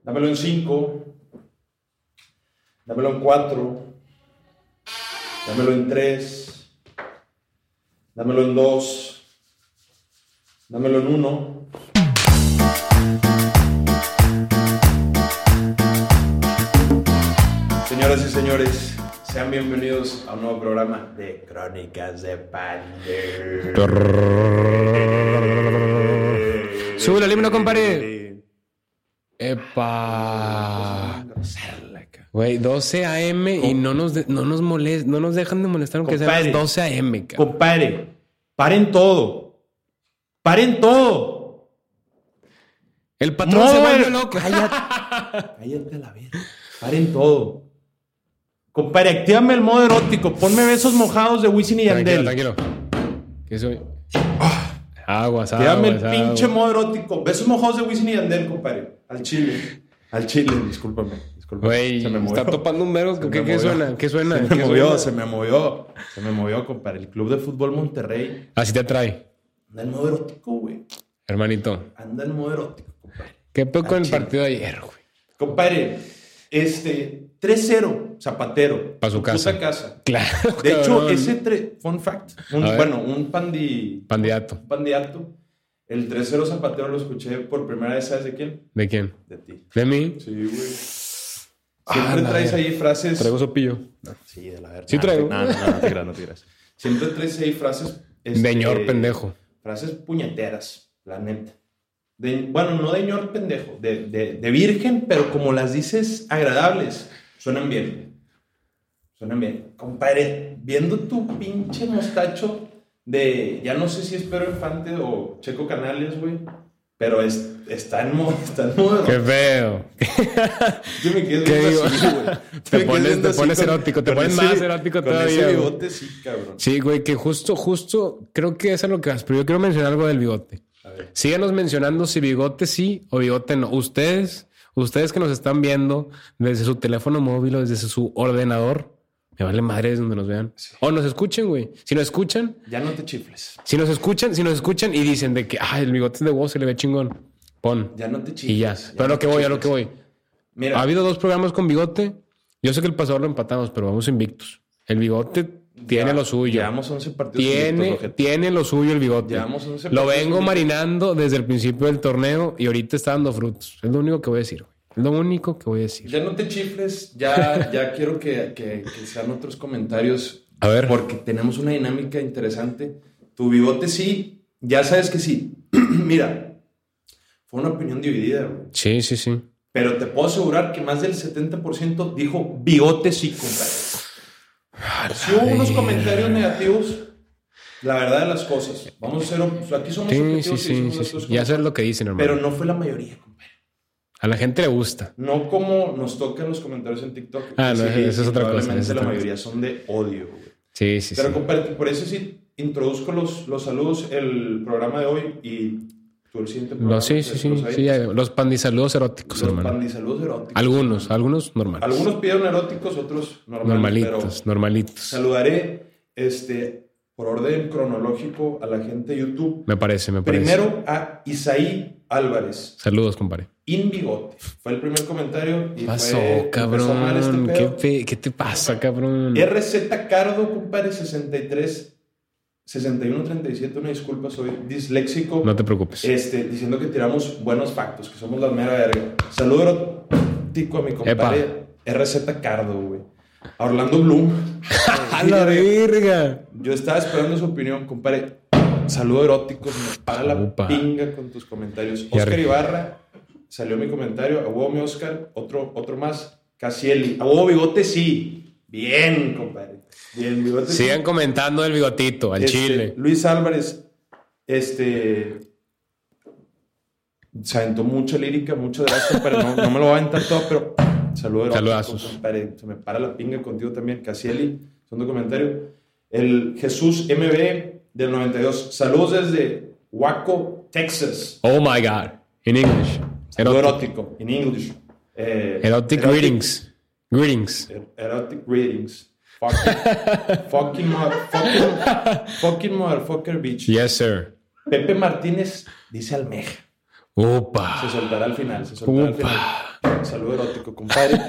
Dámelo en 5. Dámelo en 4. Dámelo en 3. Dámelo en 2. Dámelo en 1. Señoras y señores, sean bienvenidos a un nuevo programa de Crónicas de Pander. Sube el himno, compadre. Epa. Güey, 12 a.m. y no nos dejan de molestar aunque sean las 12 a.m. Compadre, paren todo. Paren todo. El patrón se vuelve loco. Cállate a la verga. Paren todo. Compadre, actívame el modo erótico. Ponme besos mojados de Wisin y Yandel. Tranquilo. ¿Qué soy? Aguas. Actívame el pinche modo erótico. Besos mojados de Wisin y Yandel, compadre. Al chile, discúlpame. Güey, se me movió. Está topando un verbo. ¿Qué suena? Se me movió, compadre. El Club de Fútbol Monterrey. Así te atrae. Anda en modo erótico, güey. Hermanito. Anda en modo erótico, compadre. ¿Qué pedo con el partido de ayer, güey? Compadre, 3-0, Zapatero. Para su casa. Puta casa. Claro. De hecho, fun fact. Un Candidato. El 3-0 Zapatero lo escuché por primera vez, ¿sabes de quién? ¿De quién? De ti. ¿De mí? Sí, güey. Siempre traes ahí frases... Traigo sopillo. No, sí, de la verdad. Sí traigo. No te creas. Siempre traes ahí frases... de ñor pendejo. Frases puñeteras, la neta. No de ñor pendejo, de virgen, pero como las dices agradables, suenan bien. Compadre, viendo tu pinche mostacho de... Ya no sé si es Pedro Infante o Checo Canales, güey. Pero está en modo... ¡Qué feo! Yo me quedo viendo así, güey. Te pones erótico. Te pones más erótico todavía. Con ese bigote, sí, cabrón. Sí, güey, que justo... Creo que eso es lo que vas. Pero yo quiero mencionar algo del bigote. A ver. Síganos mencionando si bigote sí o bigote no. Ustedes que nos están viendo desde su teléfono móvil o desde su ordenador... Me vale madre desde donde nos vean. Sí. O nos escuchen, güey. Si nos escuchan... Ya no te chifles. Si nos escuchan y dicen de que... el bigote es de voz, se le ve chingón. Pon. Ya no te chifles. Y ya. Pero a lo que voy. Mira. Ha habido 2 programas con bigote. Yo sé que el pasado lo empatamos, pero vamos invictos. El bigote tiene lo suyo. Llevamos 11 partidos. Tiene lo suyo el bigote. Llevamos 11 lo vengo marinando desde el principio del torneo y ahorita está dando frutos. Es lo único que voy a decir, güey. Lo único que voy a decir. Ya no te chifles, ya quiero que sean otros comentarios. A ver. Porque tenemos una dinámica interesante. Tu bigote sí, ya sabes que sí. Mira, fue una opinión dividida, güey. Sí. Pero te puedo asegurar que más del 70% dijo bigote sí, compadre. Si hubo unos comentarios negativos, la verdad de las cosas. Vamos a hacer... Aquí somos objetivos. Sí. Ya sabes lo que dicen, hermano. Pero no fue la mayoría, compadre. A la gente le gusta. No como nos tocan los comentarios en TikTok. No, eso es otra cosa. La mayoría son de odio, güey. Sí. Pero compadre, por eso sí introduzco los saludos, el programa de hoy y tú el siguiente programa. Sí. Los pandisaludos eróticos, hermano. Los pandisaludos eróticos. Algunos normales. Algunos pidieron eróticos, otros normales. Normalitos. Saludaré por orden cronológico a la gente de YouTube. Me parece. Primero a Isaí Álvarez. Saludos, compadre. Bigote. Fue el primer comentario. Y pasó, cabrón. ¿Qué te pasa, cabrón? RZ Cardo, compadre, 6137. Una disculpa, soy disléxico. No te preocupes. Diciendo que tiramos buenos factos, que somos la mera verga. Saludo erótico a mi compadre RZ Cardo, güey. A Orlando Bloom. ¡A la verga! Yo estaba esperando su opinión, compadre. Saludo erótico. Me para la pinga con tus comentarios. Oscar Ibarra. Salió mi comentario. A huevo mi Oscar. Otro más. Casieli. A huevo bigote sí. Bien, compadre. Bien, bigote. Sigan comentando el bigotito, al chile. Luis Álvarez. Se aventó mucha lírica, mucho de esto, pero no me lo voy a aventar todo, pero saludazos. Compadre. Se me para la pinga contigo también. Casieli. Segundo comentario. El Jesús MB del 92. Saludos desde Waco, Texas. Oh my God. In English. Erótico. In English. Erotic greetings. Erotic greetings. Fucking motherfucker bitch. Yes, sir. Pepe Martínez dice almeja. Opa. Se soltará al final. Saludo erótico, compadre.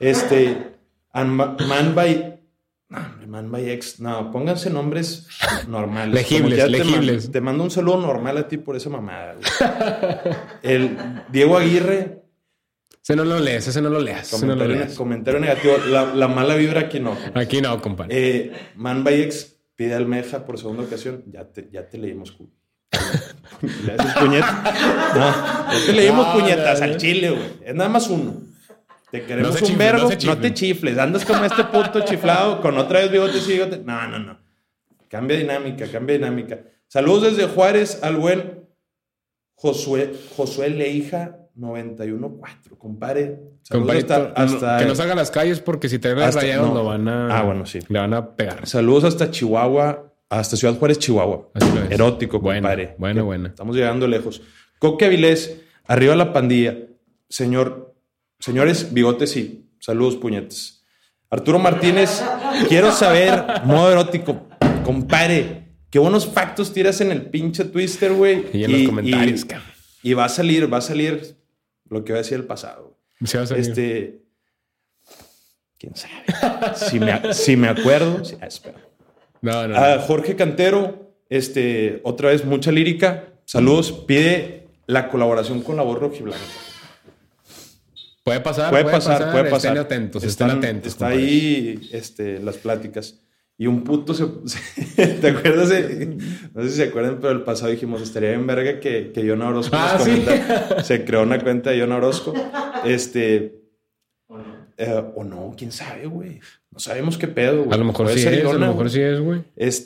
Man by X. No, pónganse nombres normales. Legibles. Te mando un saludo normal a ti por esa mamada, güey. El Diego Aguirre. Ese no lo leas. Comentario negativo. La mala vibra aquí no. Aquí no, compadre. Man by X pide almeja por segunda ocasión. Ya te leímos, culo. ¿Le haces puñeta? No, ya te leímos puñetas al chile, güey. Es nada más uno. Te queremos un vergo. No te chifles. Andas como este puto chiflado con otra vez bigotes y bigotes. No. Cambia dinámica. Saludos desde Juárez al buen Josué Leija 91.4. Compadre. Saludos hasta que no salga a las calles porque si traen las rayadas lo van a... bueno, sí. Le van a pegar. Saludos hasta Chihuahua. Hasta Ciudad Juárez, Chihuahua. Erótico, compadre. Buena. Estamos llegando lejos. Coque Avilés, arriba la pandilla. Señores, bigotes sí. Saludos, puñetes. Arturo Martínez, quiero saber, modo erótico. Compadre, qué buenos factos tiras en el pinche Twister, güey. Y en los comentarios, cabrón. Y va a salir lo que va a decir el pasado. Sí va a salir. ¿Quién sabe? Si me acuerdo. Espera. No. Jorge Cantero, otra vez mucha lírica. Saludos. Pide la colaboración con La Voz Rojiblanca. Puede pasar. Estén atentos. Está ahí las pláticas. Y un puto ¿te acuerdas? No sé si se acuerdan, pero el pasado dijimos, estaría bien verga que Yona Orozco nos comentara. ¿Sí? Se creó una cuenta de Yona Orozco. O no, quién sabe, güey. No sabemos qué pedo, güey. A lo mejor sí es, güey.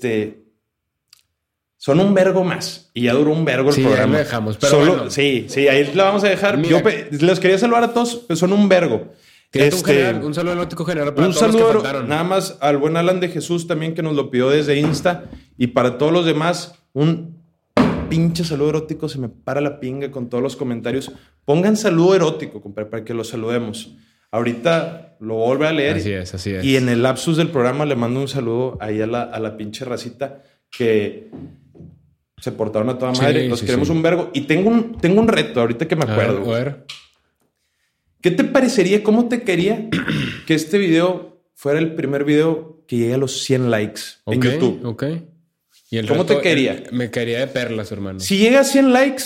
Son un vergo más. Y ya duró un vergo el programa. Sí, ahí lo dejamos. Pero bueno. Sí, ahí la vamos a dejar. Mira, los quería saludar a todos, pero son un vergo. Un saludo erótico general para todos los que faltaron. Nada más al buen Alan de Jesús también, que nos lo pidió desde Insta. Y para todos los demás, un pinche saludo erótico. Se me para la pinga con todos los comentarios. Pongan saludo erótico, compadre, para que los saludemos. Ahorita lo voy a volver a leer. Así es. Y en el lapsus del programa le mando un saludo ahí a la pinche racita que se portaron a toda madre. Los queremos un vergo. Y tengo un reto ahorita que me acuerdo. A ver. ¿Qué te parecería, cómo te quería que este video fuera el primer video que llegue a los 100 likes en YouTube? Ok. ¿Y ¿Cómo te quería? Me caería de perlas, hermano. Si llega a 100 likes,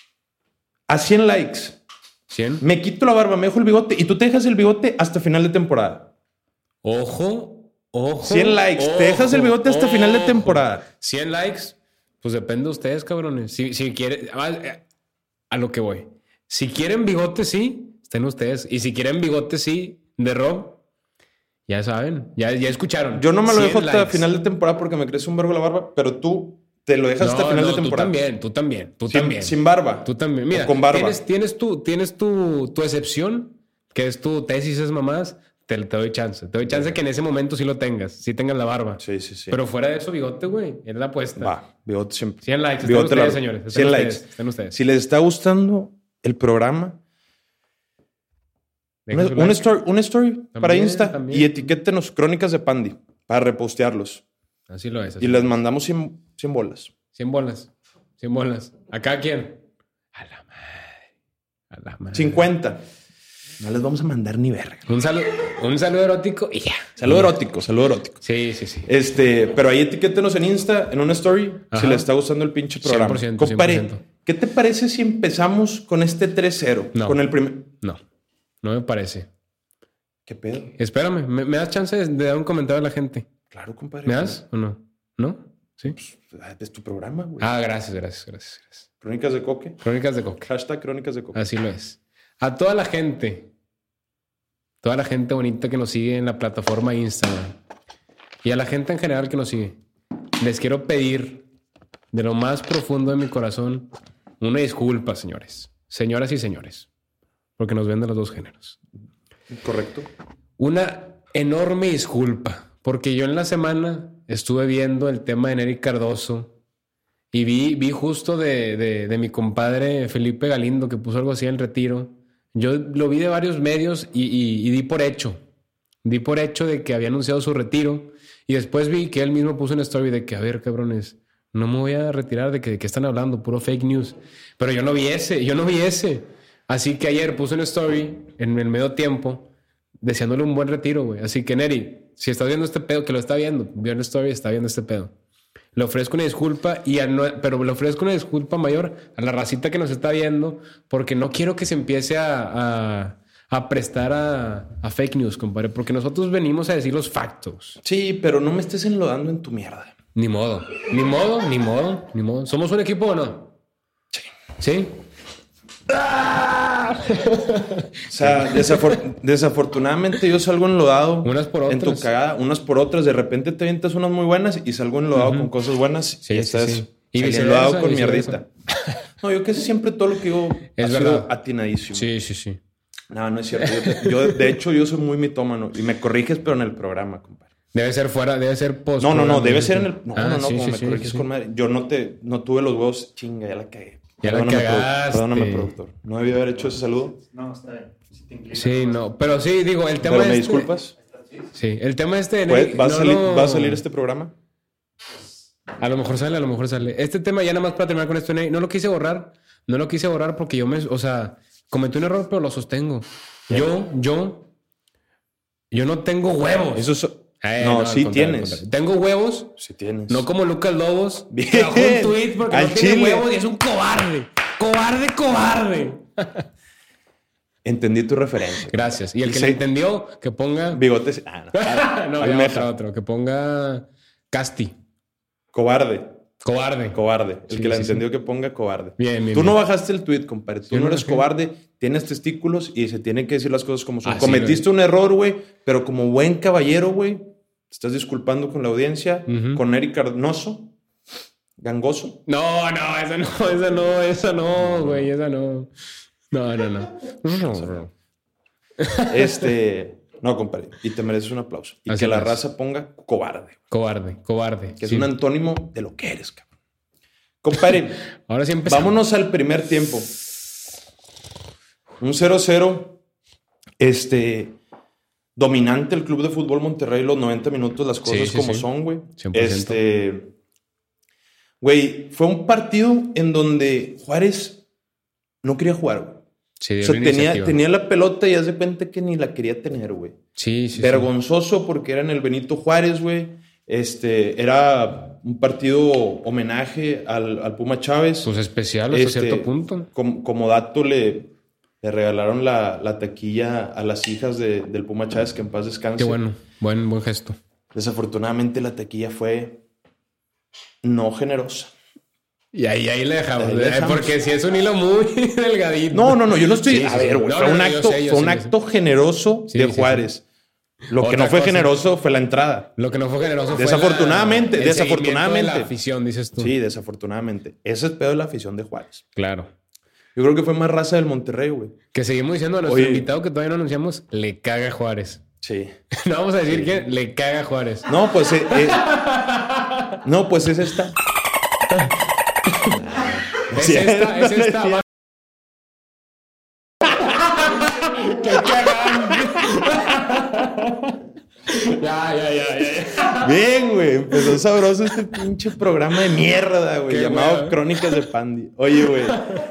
¿100? Me quito la barba, me dejo el bigote y tú te dejas el bigote hasta final de temporada. Ojo. 100 likes. Te dejas el bigote hasta final de temporada. 100 likes. Pues depende de ustedes, cabrones. Si quieren... A lo que voy. Si quieren bigote, sí. Estén ustedes. Y si quieren bigote, sí, de Rob, ya saben. Ya escucharon. Yo no me lo dejo hasta final de temporada porque me crece un vergo la barba, pero tú te lo dejas hasta final de temporada. Tú también. Sin barba. Tú también. Mira, con barba. Tienes tu excepción, que es tu tesis, es mamás. Te doy chance. Te doy chance que en ese momento sí lo tengas. Sí tengas la barba. Sí. Pero fuera de eso, bigote, güey. Es la apuesta. Va, bigote siempre. 100 likes. Bigote estén ustedes, señores. 100 likes. Estén ustedes. Si les está gustando el programa, un story también, para Insta también. Y etiquétenos Crónicas de Pandi para repostearlos. Así lo es. Y les mandamos 100 bolas. 100 bolas. ¿A cada quién? A la madre. 50. No les vamos a mandar ni verga. Un saludo erótico y ya. Saludo erótico. Sí. Pero ahí etiquétenos en Insta, en una story, si les está gustando el pinche programa. 100%. Compadre, ¿qué te parece si empezamos con este 3-0? No. Con el primer... No me parece. ¿Qué pedo? Espérame, ¿me das chance de dar un comentario a la gente? Claro, compadre. ¿Me das o no? ¿No? ¿Sí? Pues, es tu programa, güey. Gracias. Crónicas de Coque. Hashtag Crónicas de Coque. Así lo es. A toda la gente bonita que nos sigue en la plataforma Instagram y a la gente en general que nos sigue, les quiero pedir de lo más profundo de mi corazón una disculpa, señoras y señores. Porque nos ven de los dos géneros. Correcto. Una enorme disculpa. Porque yo en la semana estuve viendo el tema de Nery Cardoso y vi justo de mi compadre Felipe Galindo que puso algo así en el retiro. Yo lo vi de varios medios y di por hecho. Di por hecho de que había anunciado su retiro. Y después vi que él mismo puso una story de que, a ver, cabrones, no me voy a retirar de que están hablando, puro fake news. Pero yo no vi ese. Así que ayer puse una story en el medio tiempo deseándole un buen retiro, güey. Así que, Neri, si estás viendo este pedo, que lo está viendo, vio una story, está viendo este pedo. Le ofrezco una disculpa, pero le ofrezco una disculpa mayor a la racita que nos está viendo, porque no quiero que se empiece a prestar a fake news, compadre, porque nosotros venimos a decir los factos. Sí, pero no me estés enlodando en tu mierda. Ni modo. ¿Somos un equipo o no? Sí. ¿Sí? O sea, desafortunadamente yo salgo enlodado unas por otras. En tu cagada, unas por otras. De repente te avientas unas muy buenas y salgo enlodado con cosas buenas. Sí, y estás Y enlodado con mierdita. No, yo casi siempre todo lo que digo es ha sido atinadísimo. Sí. No es cierto. De hecho, yo soy muy mitómano. Y me corriges, pero en el programa, compadre. Debe ser fuera, debe ser post. No, debe ser en el... No, sí, como me corriges con madre. Yo no tuve los huevos. Chinga, ya la cagué. Perdóname, productor. ¿No debí haber hecho ese saludo? No, está bien. Sí, no. Pero sí, digo, el tema ¿Pero me disculpas? Sí, el tema ¿Va a salir este programa? A lo mejor sale. Este tema, ya nada más para terminar con esto, no lo quise borrar. No lo quise borrar porque cometí un error, pero lo sostengo. Yo no tengo huevos. Eso no, sí tienes. Tengo huevos. Sí tienes. No como Lucas Lobos. Bien. Bajó un tweet porque Al no tiene chile. huevos y es un cobarde. Cobarde. Entendí tu referencia. Gracias. Y el que le entendió, que ponga... Bigotes. No, ya otro. Que ponga Casti. Cobarde. Cobarde. El que la entendió que ponga cobarde. Bien. Tú no bajaste el tweet, compadre. Tú no eres cobarde, tienes testículos y se tienen que decir las cosas como son. Cometiste un error, güey, pero como buen caballero, güey, te estás disculpando con la audiencia, con Eric Cardoso, gangoso. No, esa no, güey, esa no. No. No, compadre. Y te mereces un aplauso. Y Así que la es. raza ponga cobarde. Cobarde. Que es un antónimo de lo que eres, cabrón. Compadre, ahora sí empezamos. Vámonos al primer tiempo. Un 0-0. Dominante el Club de Fútbol Monterrey, los 90 minutos, las cosas como son, güey. 100%. Güey, fue un partido en donde Juárez no quería jugar, güey. Sí, o sea, tenía la pelota y haz de cuenta que ni la quería tener, güey. Sí. Vergonzoso porque era en el Benito Juárez, güey. Era un partido homenaje al Puma Chávez. Pues especial hasta cierto punto. Como dato le regalaron la taquilla a las hijas del Puma Chávez, que en paz descanse. Qué bueno. Buen gesto. Desafortunadamente la taquilla fue no generosa. Y ahí le dejamos. Porque si es un hilo muy delgadito. No, yo no estoy... Sí, a ver, güey. Fue un acto generoso de Juárez. Lo que no fue generoso fue la entrada. Lo que no fue generoso fue desafortunadamente. De la afición, dices tú. Sí, desafortunadamente. Ese es pedo de la afición de Juárez. Claro. Yo creo que fue más raza del Monterrey, güey. Que seguimos diciendo a nuestro invitado que todavía no anunciamos, le caga a Juárez. Sí. No vamos a decir que le caga a Juárez. No, pues... es esta. Es esta. ¡Qué cagante! Ya. Bien, güey. Empezó sabroso este pinche programa de mierda, güey. Llamado Crónicas de Pandy. Oye, güey.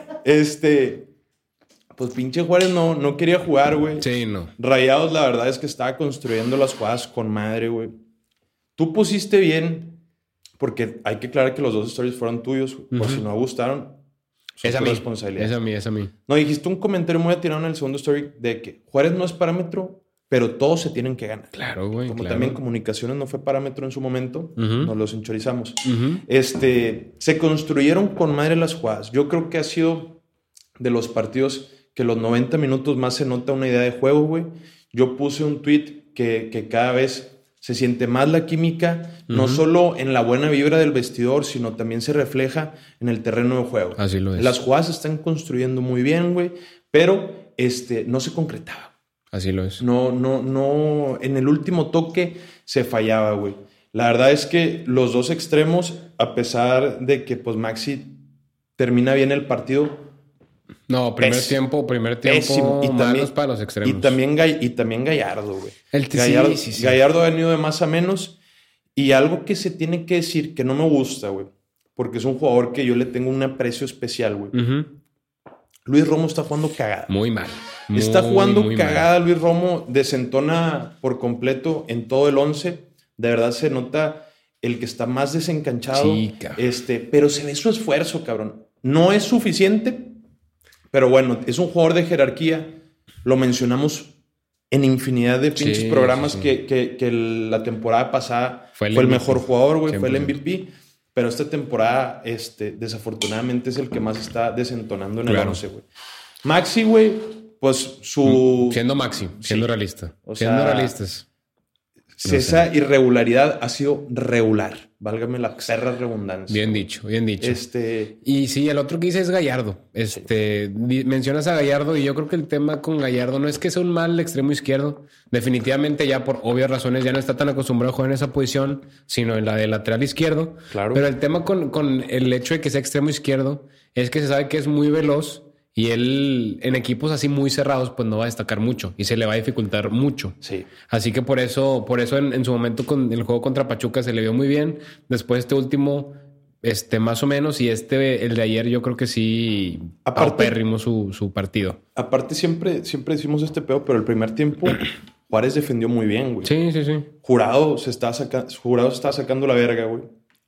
Pues pinche Juárez no quería jugar, güey. Sí, no. Rayados, la verdad es que estaba construyendo las jugadas con madre, güey. Tú pusiste bien, porque hay que aclarar que los dos stories fueron tuyos, por si no gustaron. Es a mí. Responsabilidad. Es a mí. No, dijiste un comentario muy atirado en el segundo story de que Juárez no es parámetro, pero todos se tienen que ganar. Claro, güey. Como también Comunicaciones no fue parámetro en su momento, nos los enchorizamos. Uh-huh. Se construyeron con madre las jugadas. Yo creo que ha sido de los partidos que los 90 minutos más se nota una idea de juego, güey. Yo puse un tweet que cada vez se siente más la química, no solo en la buena vibra del vestidor, sino también se refleja en el terreno de juego. Así lo es. Las jugadas se están construyendo muy bien, güey, pero no se concretaba. Así lo es. No, en el último toque se fallaba, güey. La verdad es que los dos extremos, a pesar de que pues Maxi termina bien el partido... No, primer tiempo pésimo. Y malos para los extremos. Y también Gallardo, güey. Gallardo ha venido de más a menos. Y algo que se tiene que decir que no me gusta, güey, porque es un jugador que yo le tengo un aprecio especial, güey. Uh-huh. Luis Romo está jugando cagada. Muy mal. Está jugando cagada mal. Luis Romo, desentona por completo en todo el 11. De verdad se nota el que está más desencanchado. Sí, pero se ve su esfuerzo, cabrón. No es suficiente, pero bueno, es un jugador de jerarquía. Lo mencionamos en infinidad de pinches programas que la temporada pasada fue el mejor jugador, güey. Fue el MVP. Pero esta temporada, desafortunadamente, es el que más está desentonando en el 11, güey. Maxi, güey, pues siendo Maxi, siendo realista. Siendo realistas. Esa irregularidad ha sido regular. Válgame la perra redundancia. Bien dicho, bien dicho. Y sí, el otro que dice es Gallardo. Mencionas a Gallardo y yo creo que el tema con Gallardo no es que sea un mal extremo izquierdo. Definitivamente ya por obvias razones ya no está tan acostumbrado a jugar en esa posición, sino en la de lateral izquierdo. Claro. Pero el tema con el hecho de que sea extremo izquierdo es que se sabe que es muy veloz. Y él, en equipos así muy cerrados, pues no va a destacar mucho y se le va a dificultar mucho. Sí. Así que por eso en su momento con el juego contra Pachuca se le vio muy bien. Después este último, más o menos. Y el de ayer, yo creo que sí paupérrimo su partido. Aparte, siempre decimos pedo, pero el primer tiempo Juárez defendió muy bien, güey. Sí. Jurado se estaba sacando la verga, güey.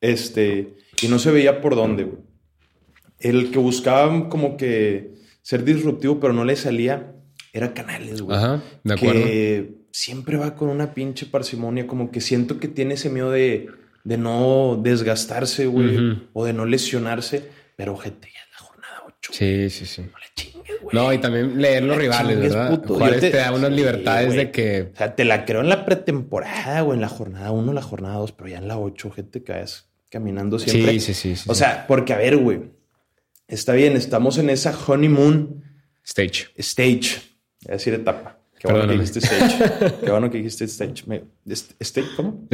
Y no se veía por dónde, güey. El que buscaba como que ser disruptivo, pero no le salía, era Canales, güey. Ajá, de acuerdo. Que siempre va con una pinche parsimonia, como que siento que tiene ese miedo de no desgastarse, güey, o de no lesionarse. Pero, gente, ya es la jornada 8. Sí. No le chingues, güey. No, y también leer los rivales, ¿verdad? Puto. Juárez te da unas libertades güey. De que... O sea, te la creo en la pretemporada, güey, en la jornada 1, la jornada 2, pero ya en la 8, gente, caes caminando siempre. Sí. O sea, porque, a ver, güey. Está bien, estamos en esa honeymoon stage. Voy a decir etapa. Qué bueno que dijiste stage. ¿Cómo?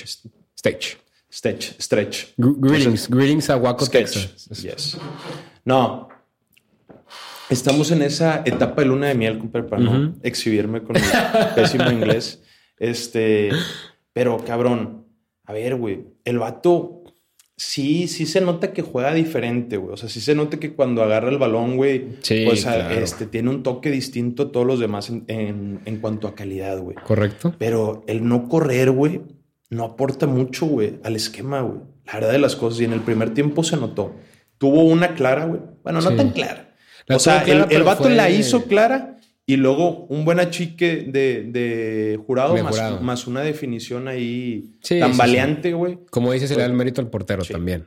Stretch. Greetings a Waco, Texas. Yes. No. Estamos en esa etapa de luna de miel, compadre, para no exhibirme con mi pésimo inglés. Pero, cabrón, a ver, güey, el vato... Sí se nota que juega diferente, güey. O sea, sí se nota que cuando agarra el balón, güey, pues claro. Tiene un toque distinto a todos los demás en cuanto a calidad, güey. Correcto. Pero el no correr, güey, no aporta mucho, güey, al esquema, güey. La verdad de las cosas. Y en el primer tiempo se notó. Tuvo una clara, güey. Bueno, no tan clara. O sea, el vato la hizo clara y luego un buen achique de Jurado más una definición ahí tambaleante, güey. Como dices, se le da el mérito al portero también.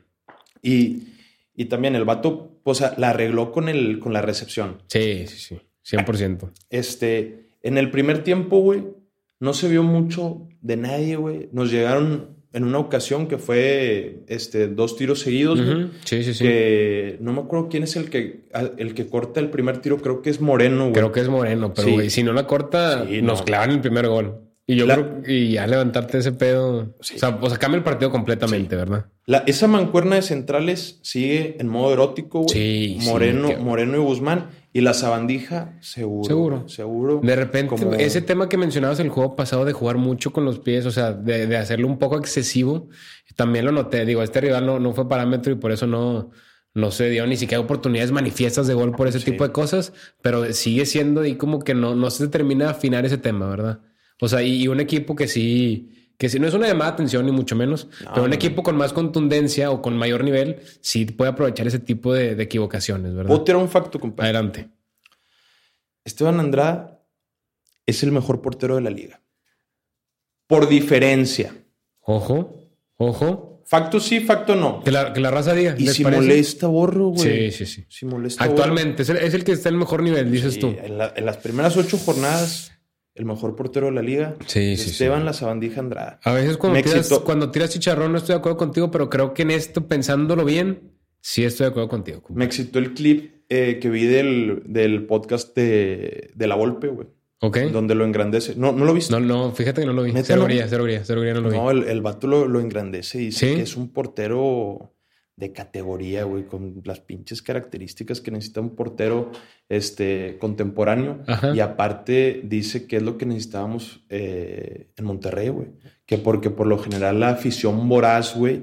Y también el vato, pues, la arregló con la recepción. Sí. 100%. En el primer tiempo, güey, no se vio mucho de nadie, güey. Nos llegaron en una ocasión que fue 2 tiros seguidos, güey. Sí. Que no me acuerdo quién es el que corta el primer tiro. Creo que es Moreno, güey. Creo que es Moreno, pero, güey, si no la corta, nos clavan el primer gol. Y yo creo que ya levantarte ese pedo... Sí. O sea, cambia el partido completamente, ¿verdad? Esa mancuerna de centrales sigue en modo erótico, güey. Moreno y Guzmán. Y la sabandija, seguro. De repente, ese tema que mencionabas el juego pasado de jugar mucho con los pies, o sea, de hacerlo un poco excesivo, también lo noté. Digo, este rival no fue parámetro y por eso no se dio ni siquiera oportunidades manifiestas de gol por ese tipo de cosas, pero sigue siendo ahí como que no se termina de afinar ese tema, ¿verdad? O sea, y un equipo que sí no es una llamada de atención ni mucho menos, pero un equipo con más contundencia o con mayor nivel sí puede aprovechar ese tipo de equivocaciones, ¿verdad? ¿Puedo tirar un facto, compadre? Adelante. Esteban Andrada es el mejor portero de la liga. Por diferencia. Ojo. Facto sí, facto no. Que la raza diga. Y si parece? Molesta, borro, güey. Sí. Si molesta, actualmente borro. Es el que está en el mejor nivel, dices tú. En las primeras 8 jornadas... El mejor portero de la liga. Esteban La Sabandija Andrada. A veces cuando tiras chicharrón no estoy de acuerdo contigo, pero creo que en esto, pensándolo bien, sí estoy de acuerdo contigo. Me excitó el clip que vi del podcast de La Volpe, güey. Ok. Donde lo engrandece. ¿No lo viste? No, fíjate que no lo vi. Cero guía, no lo vi. No, el vato lo engrandece y dice que es un portero de categoría, güey, con las pinches características que necesita un portero contemporáneo. Ajá. Y aparte dice que es lo que necesitábamos en Monterrey, güey. Que porque por lo general la afición voraz, güey,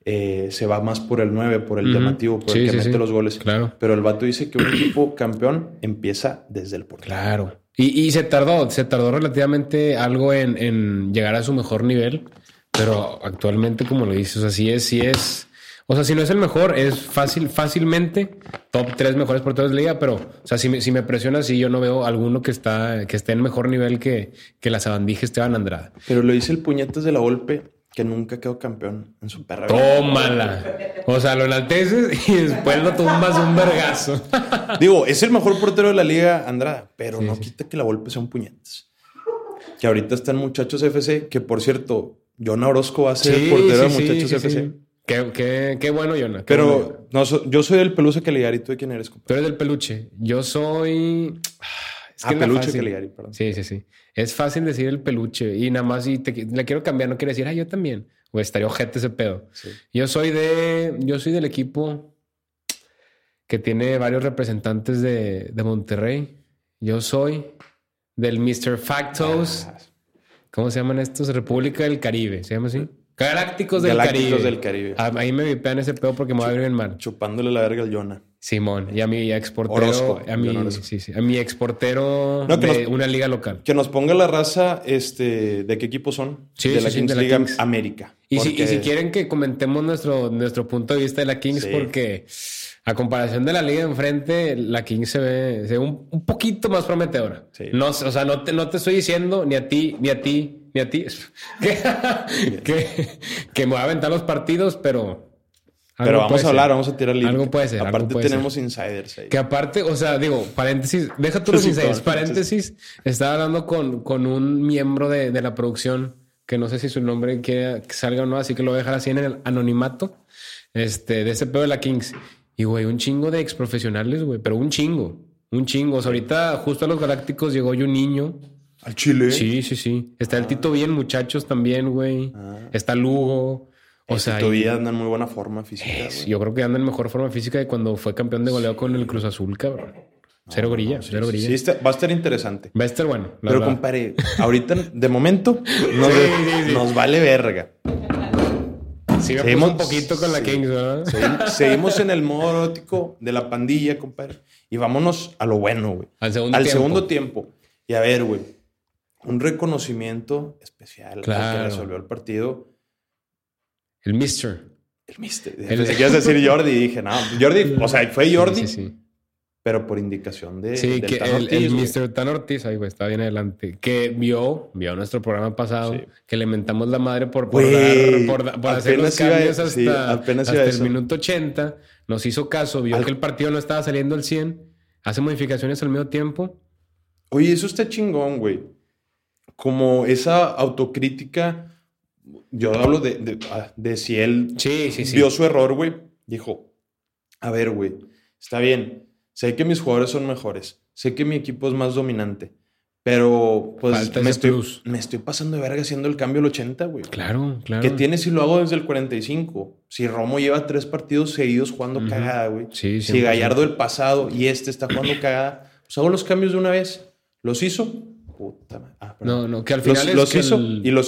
se va más por el 9, por el llamativo, por el que mete los goles. Claro. Pero el vato dice que un equipo campeón empieza desde el portero. Claro. Y se tardó relativamente algo en llegar a su mejor nivel, pero actualmente, como lo dices, o sea, sí es, o sea, si no es el mejor, es fácilmente top 3 mejores porteros de la liga, pero, o sea, si me presiona, sí, yo no veo alguno que esté en mejor nivel que la sabandija Esteban Andrada. Pero lo dice el puñetas de la Volpe, que nunca quedó campeón en su perra. tómala. O sea, lo enalteces y después lo tumbas un vergazo. Digo, es el mejor portero de la liga, Andrada, pero no quita que la Volpe sea un puñetas. Que ahorita están Muchachos FC, que por cierto, Jonah Orozco va a ser portero de Muchachos FC. Qué bueno, Jonah. Pero no, yo soy del Peluche Caligari. ¿Tú de quién eres, compadre? Tú eres del Peluche. Yo soy... Peluche Caligari, perdón. Sí. Es fácil decir el Peluche y nada más le quiero cambiar, no quiere decir, yo también. O estaría ojete ese pedo. Sí. Yo soy del equipo que tiene varios representantes de Monterrey. Yo soy del Mr. Factos. ¿Cómo se llaman estos? República del Caribe. ¿Se llama así? Galácticos del Caribe. Ahí me vipean ese pedo porque me va a ver bien mal. Chupándole la verga al Jonah. Simón, y a mi exportero, Orozco, a mi exportero de una liga local. Que nos ponga la raza, ¿de qué equipo son? De la Kings Liga América. Y si quieren que comentemos nuestro punto de vista de la Kings, porque a comparación de la liga de enfrente, la Kings se ve un poquito más prometedora. Sí. No, o sea, no te estoy diciendo ni a ti que me voy a aventar los partidos, pero vamos a hablar, vamos a tirar línea. Algo puede ser. Aparte tenemos insiders ahí. Que aparte, o sea, digo, paréntesis, deja tú los insiders. Paréntesis, estaba hablando con un miembro de la producción, que no sé si su nombre quiere que salga o no, así que lo voy a dejar así en el anonimato, de ese pedo de la Kings. Y, güey, un chingo de exprofesionales, güey, pero un chingo. O sea, ahorita justo a los Galácticos llegó un niño. ¿Al Chile? Sí. Está el Tito Bien, muchachos, también, güey. Está Lugo. O sea, todavía anda en muy buena forma física. Yo creo que anda en mejor forma física de cuando fue campeón de goleo con el Cruz Azul, cabrón. Cero grilla. Sí, va a estar interesante. Va a estar bueno. Pero, compadre, ahorita, de momento, nos vale verga. Sí, seguimos un poquito con la Kings, ¿verdad? Seguimos en el modo erótico de la pandilla, compadre. Y vámonos a lo bueno, güey. Al segundo tiempo. Y a ver, güey. Un reconocimiento especial al que resolvió el partido. El Mister. Pensé que ibas a decir Jordi. Y dije, no, Jordi, o sea, fue Jordi. Sí. Pero por indicación de que Tan Ortiz, el Mr. Tan Ortiz, ahí güey, está bien adelante, que vio nuestro programa pasado, que le mentamos la madre por hacer los cambios hasta el minuto 80, nos hizo caso, vio que el partido no estaba saliendo al 100, hace modificaciones al medio tiempo. Oye, eso está chingón, güey. Como esa autocrítica, yo hablo de si él vio su error, güey, dijo, a ver, güey, está bien. Sé que mis jugadores son mejores. Sé que mi equipo es más dominante. Pero, pues, me estoy pasando de verga haciendo el cambio al 80, güey. Claro. ¿Qué tiene si lo hago desde el 45? Si Romo lleva 3 partidos seguidos jugando cagada, güey. Sí, si Gallardo el pasado y está jugando cagada, pues hago los cambios de una vez. ¿Los hizo? Puta madre. No, que al final los hizo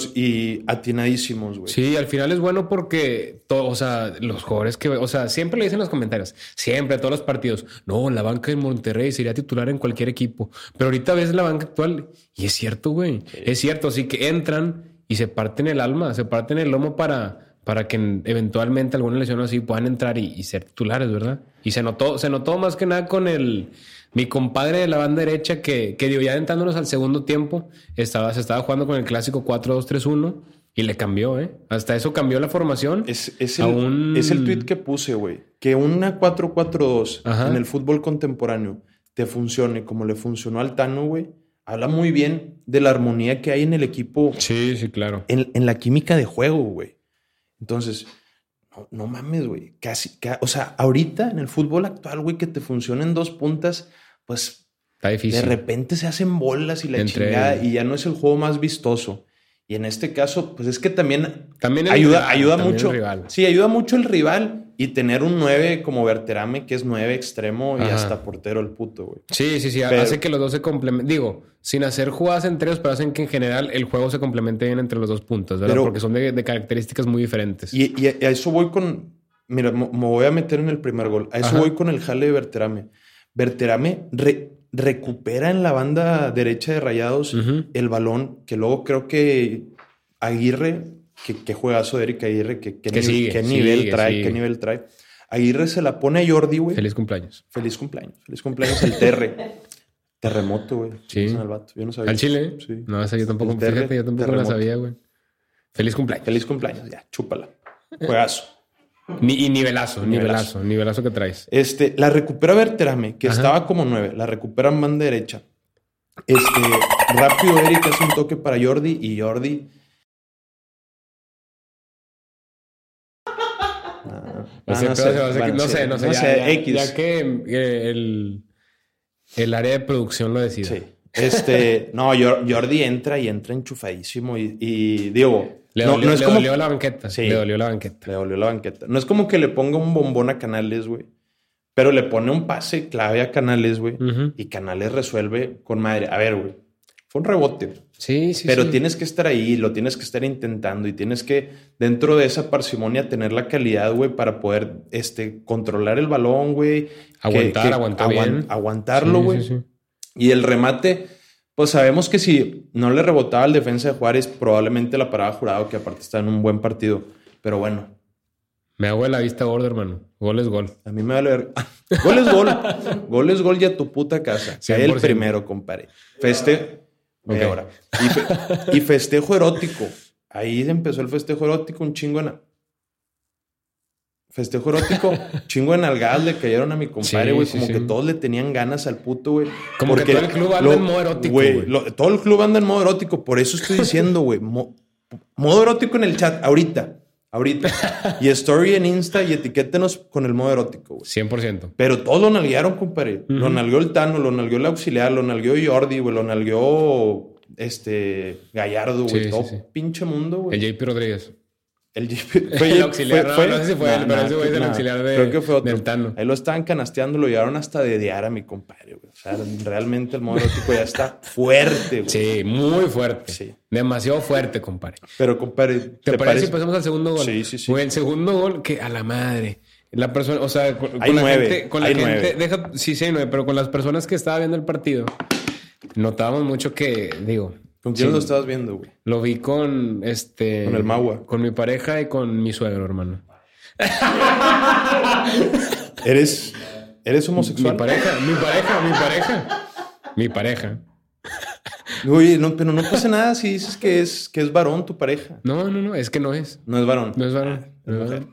y atinadísimos, güey. Sí, al final es bueno porque los jugadores que, o sea, siempre le dicen en los comentarios, siempre a todos los partidos, no, la banca de Monterrey sería titular en cualquier equipo. Pero ahorita ves la banca actual y es cierto, güey. Sí. Es cierto, así que entran y se parten el alma, se parten el lomo para que eventualmente alguna lesión así puedan entrar y ser titulares, ¿verdad? Y se notó más que nada con mi compadre de la banda derecha que digo, ya entrándonos al segundo tiempo, se estaba jugando con el clásico 4-2-3-1 y le cambió, ¿eh? Hasta eso cambió la formación. Es el tweet que puse, güey. Que una 4-4-2 en el fútbol contemporáneo te funcione como le funcionó al Tano, güey. Habla muy bien de la armonía que hay en el equipo. Sí, claro. En la química de juego, güey. Entonces, no mames, güey. O sea, ahorita en el fútbol actual, güey, que te funcionen 2 puntas, pues está difícil. De repente se hacen bolas y la chingada y ya no es el juego más vistoso. Y en este caso, pues es que también ayuda mucho. Sí, ayuda mucho el rival Y tener un 9 como Berterame, que es 9 extremo y hasta portero el puto, güey. Sí. Pero hace que los dos se complementen. Digo, sin hacer jugadas entre ellos, pero hacen que en general el juego se complemente bien entre los dos puntos, ¿verdad? Porque son de características muy diferentes. Y a eso voy con... Mira, me voy a meter en el primer gol. A eso voy con el jale de Berterame. Berterame recupera en la banda derecha de Rayados el balón, que luego creo que Aguirre, que juegazo de Eric Aguirre, qué nivel trae. Aguirre se la pone a Jordi, güey. Feliz cumpleaños. Feliz cumpleaños el Terremoto, güey. Sí. Yo no sabía. ¿Al Chile? Sí. No, esa yo tampoco, fíjate, yo tampoco la sabía, güey. Feliz cumpleaños, ya, chúpala. Juegazo. Nivelazo que traes. La recupera Berterame, que estaba como 9. La recupera en banda derecha. Rápido Eric hace un toque para Jordi y Jordi... No sé, X. Ya que el área de producción lo decide. Sí. Jordi entra enchufadísimo y digo... Le dolió la banqueta. Sí, le dolió la banqueta. No es como que le ponga un bombón a Canales, güey. Pero le pone un pase clave a Canales, güey. Y Canales resuelve con madre. A ver, güey. Fue un rebote. Sí. Pero tienes que estar ahí, lo tienes que estar intentando y tienes que, dentro de esa parsimonia, tener la calidad, güey, para poder controlar el balón, güey. Aguantarlo, güey. Sí. Y el remate... Pues sabemos que si no le rebotaba al defensa de Juárez, probablemente la paraba Jurado, que aparte está en un buen partido. Pero bueno. Me hago de la vista gorda, hermano. Gol es gol. A mí me vale ver. Gol es gol. Gol es gol y a tu puta casa. Cae el primero, compadre. Ahora. Y festejo erótico. Ahí empezó el festejo erótico, un chingo en... Festejo erótico, chingo de nalgadas le cayeron a mi compadre, güey. Como que todos le tenían ganas al puto, güey. Como que todo el club anda en modo erótico, güey. Todo el club anda en modo erótico. Por eso estoy diciendo, güey. Modo erótico en el chat. Ahorita. Y story en Insta y etiquétenos con el modo erótico, güey. 100%. Pero todos lo nalguearon, compadre. Lo nalgueó el Tano, lo nalgueó el auxiliar, lo nalgueó Jordi, güey. Lo nalgueó Gallardo, güey. Todo pinche mundo, güey. El JP Rodríguez. Fue el auxiliar. No sé si fue él, pero ese güey es el auxiliar creo que fue otro. del Tano. Ahí lo estaban canasteando, lo llevaron hasta dediar a mi compadre, güey. O sea, realmente el modo erótico ya está fuerte, güey. Sí, muy fuerte. Sí. Demasiado fuerte, compadre. Pero, compadre, ¿te parece si pasamos al segundo gol? Sí. Güey, el segundo gol, que a la madre. La persona, o sea, hay la 9. gente, con la gente, sí, hay 9, pero con las personas que estaba viendo el partido, notábamos mucho que, digo... ¿Con quién lo estabas viendo, güey? Lo vi con Con el Magua. Con mi pareja y con mi suegro, hermano. ¿Eres homosexual? Mi pareja. Uy, no, pero no pasa nada si dices que es varón tu pareja. No, es que no es. No es varón. No es varón.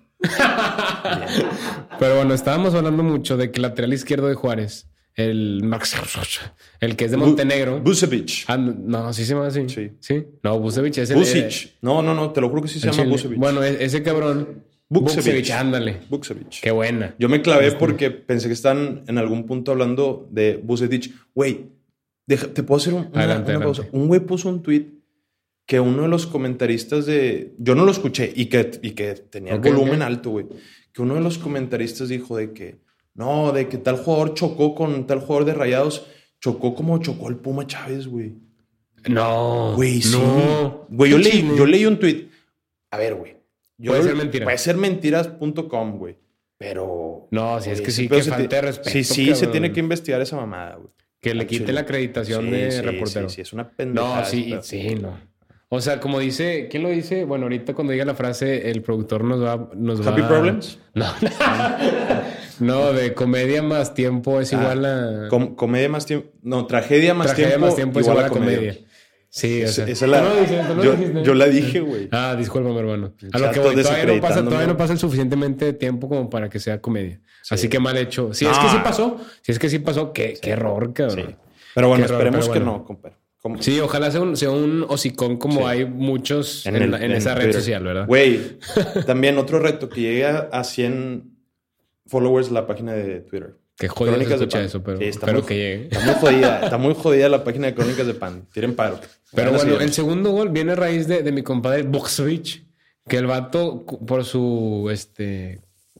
Pero bueno, estábamos hablando mucho de que el lateral izquierdo de Juárez, el que es de Montenegro. Bucevic. No, sí se llama así. Sí. No, Bucevic es el... Bucic. No, te lo juro que sí se llama Bucevic. Bueno, ese cabrón... Bucevic, ándale. Bucevic. Qué buena. Yo me clavé porque pensé que están en algún punto hablando de Bucevic. Güey, te puedo hacer una pausa. Un güey puso un tweet que uno de los comentaristas de... Yo no lo escuché y que tenía el volumen alto, güey. Que uno de los comentaristas dijo de que tal jugador chocó con tal jugador de Rayados. Chocó como chocó el Puma Chávez, güey. No. Güey, sí. No. Güey, yo leí un tweet. A ver, güey. Puede ser mentira. Puede ser mentiras.com, güey. Pero... No, si es que sí, que falta de respeto. Sí, se tiene que investigar esa mamada, güey. Que le quite la acreditación de reportero. Sí, es una pendejada. No, sí, no. O sea, como dice... ¿Quién lo dice? Bueno, ahorita cuando diga la frase, el productor nos va... ¿Happy Problems? No. No, de comedia más tiempo es igual a... Comedia más tiempo... No, tragedia más tiempo es igual a comedia. Sí, o sea... Esa yo la dije, güey. Discúlpame, hermano. A lo que voy, todavía no pasa el suficientemente tiempo como para que sea comedia. Sí. Así que mal hecho. Si es que sí pasó, qué error, cabrón. Sí. Pero bueno, esperemos que no, compadre. Sí, ojalá sea un hocicón como hay muchos en esa red social, ¿verdad? Güey, también otro reto, que llegue a 100 followers la página de Twitter. Qué jodido se escucha eso, pero espero que llegue. Está muy jodida la página de Crónicas de Pan. Tiren paro. Pero bueno, el segundo gol viene a raíz de mi compadre Bucevic, que el vato por su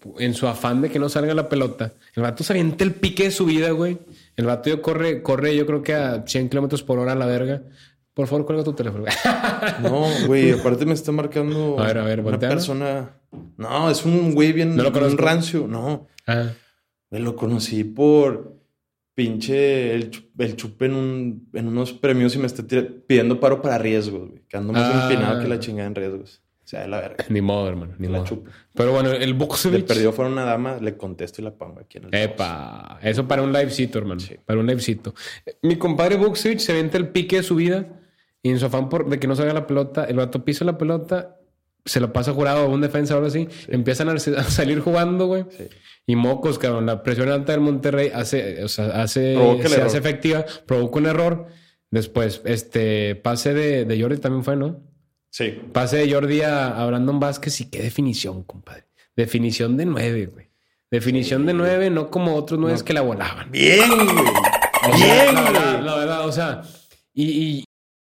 en su afán de que no salga la pelota, el vato se avienta el pique de su vida, güey. El vato corre, yo creo que a 100 kilómetros por hora a la verga. Por favor, cuelga tu teléfono. No, güey, aparte me está marcando a ver, una persona. No, es un güey bien, ¿No lo bien rancio. No. Me lo conocí por pinche el chupe en unos premios y me está pidiendo paro para riesgos, güey. Que ando más empinado que la chingada en riesgos. O sea, la verga. Ni modo, hermano. Ni la modo. chupa. Pero bueno, el Buksevich... Le perdió fuera una dama, le contesto y la pongo aquí en el... Epa, eso para un livecito, hermano. Sí. Para un livecito. Mi compadre Buksevich se avienta el pique de su vida y en su afán de que no salga la pelota, el vato pisa la pelota, se lo pasa jurado a un defensa ahora sí. Empiezan a salir jugando, güey. Sí. Y mocos, cabrón. La presión alta del Monterrey se hace efectiva, provoca un error. Después, pase de Jordi también fue, ¿no? Sí. Pase de Jordi a Brandon Vázquez y qué definición, compadre. Definición de 9, güey. Definición de 9, no como otros 9 que la volaban. Bien, güey. Bien, güey. La verdad, o sea, y...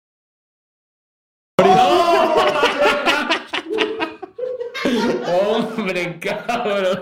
¡Hombre, cabrón!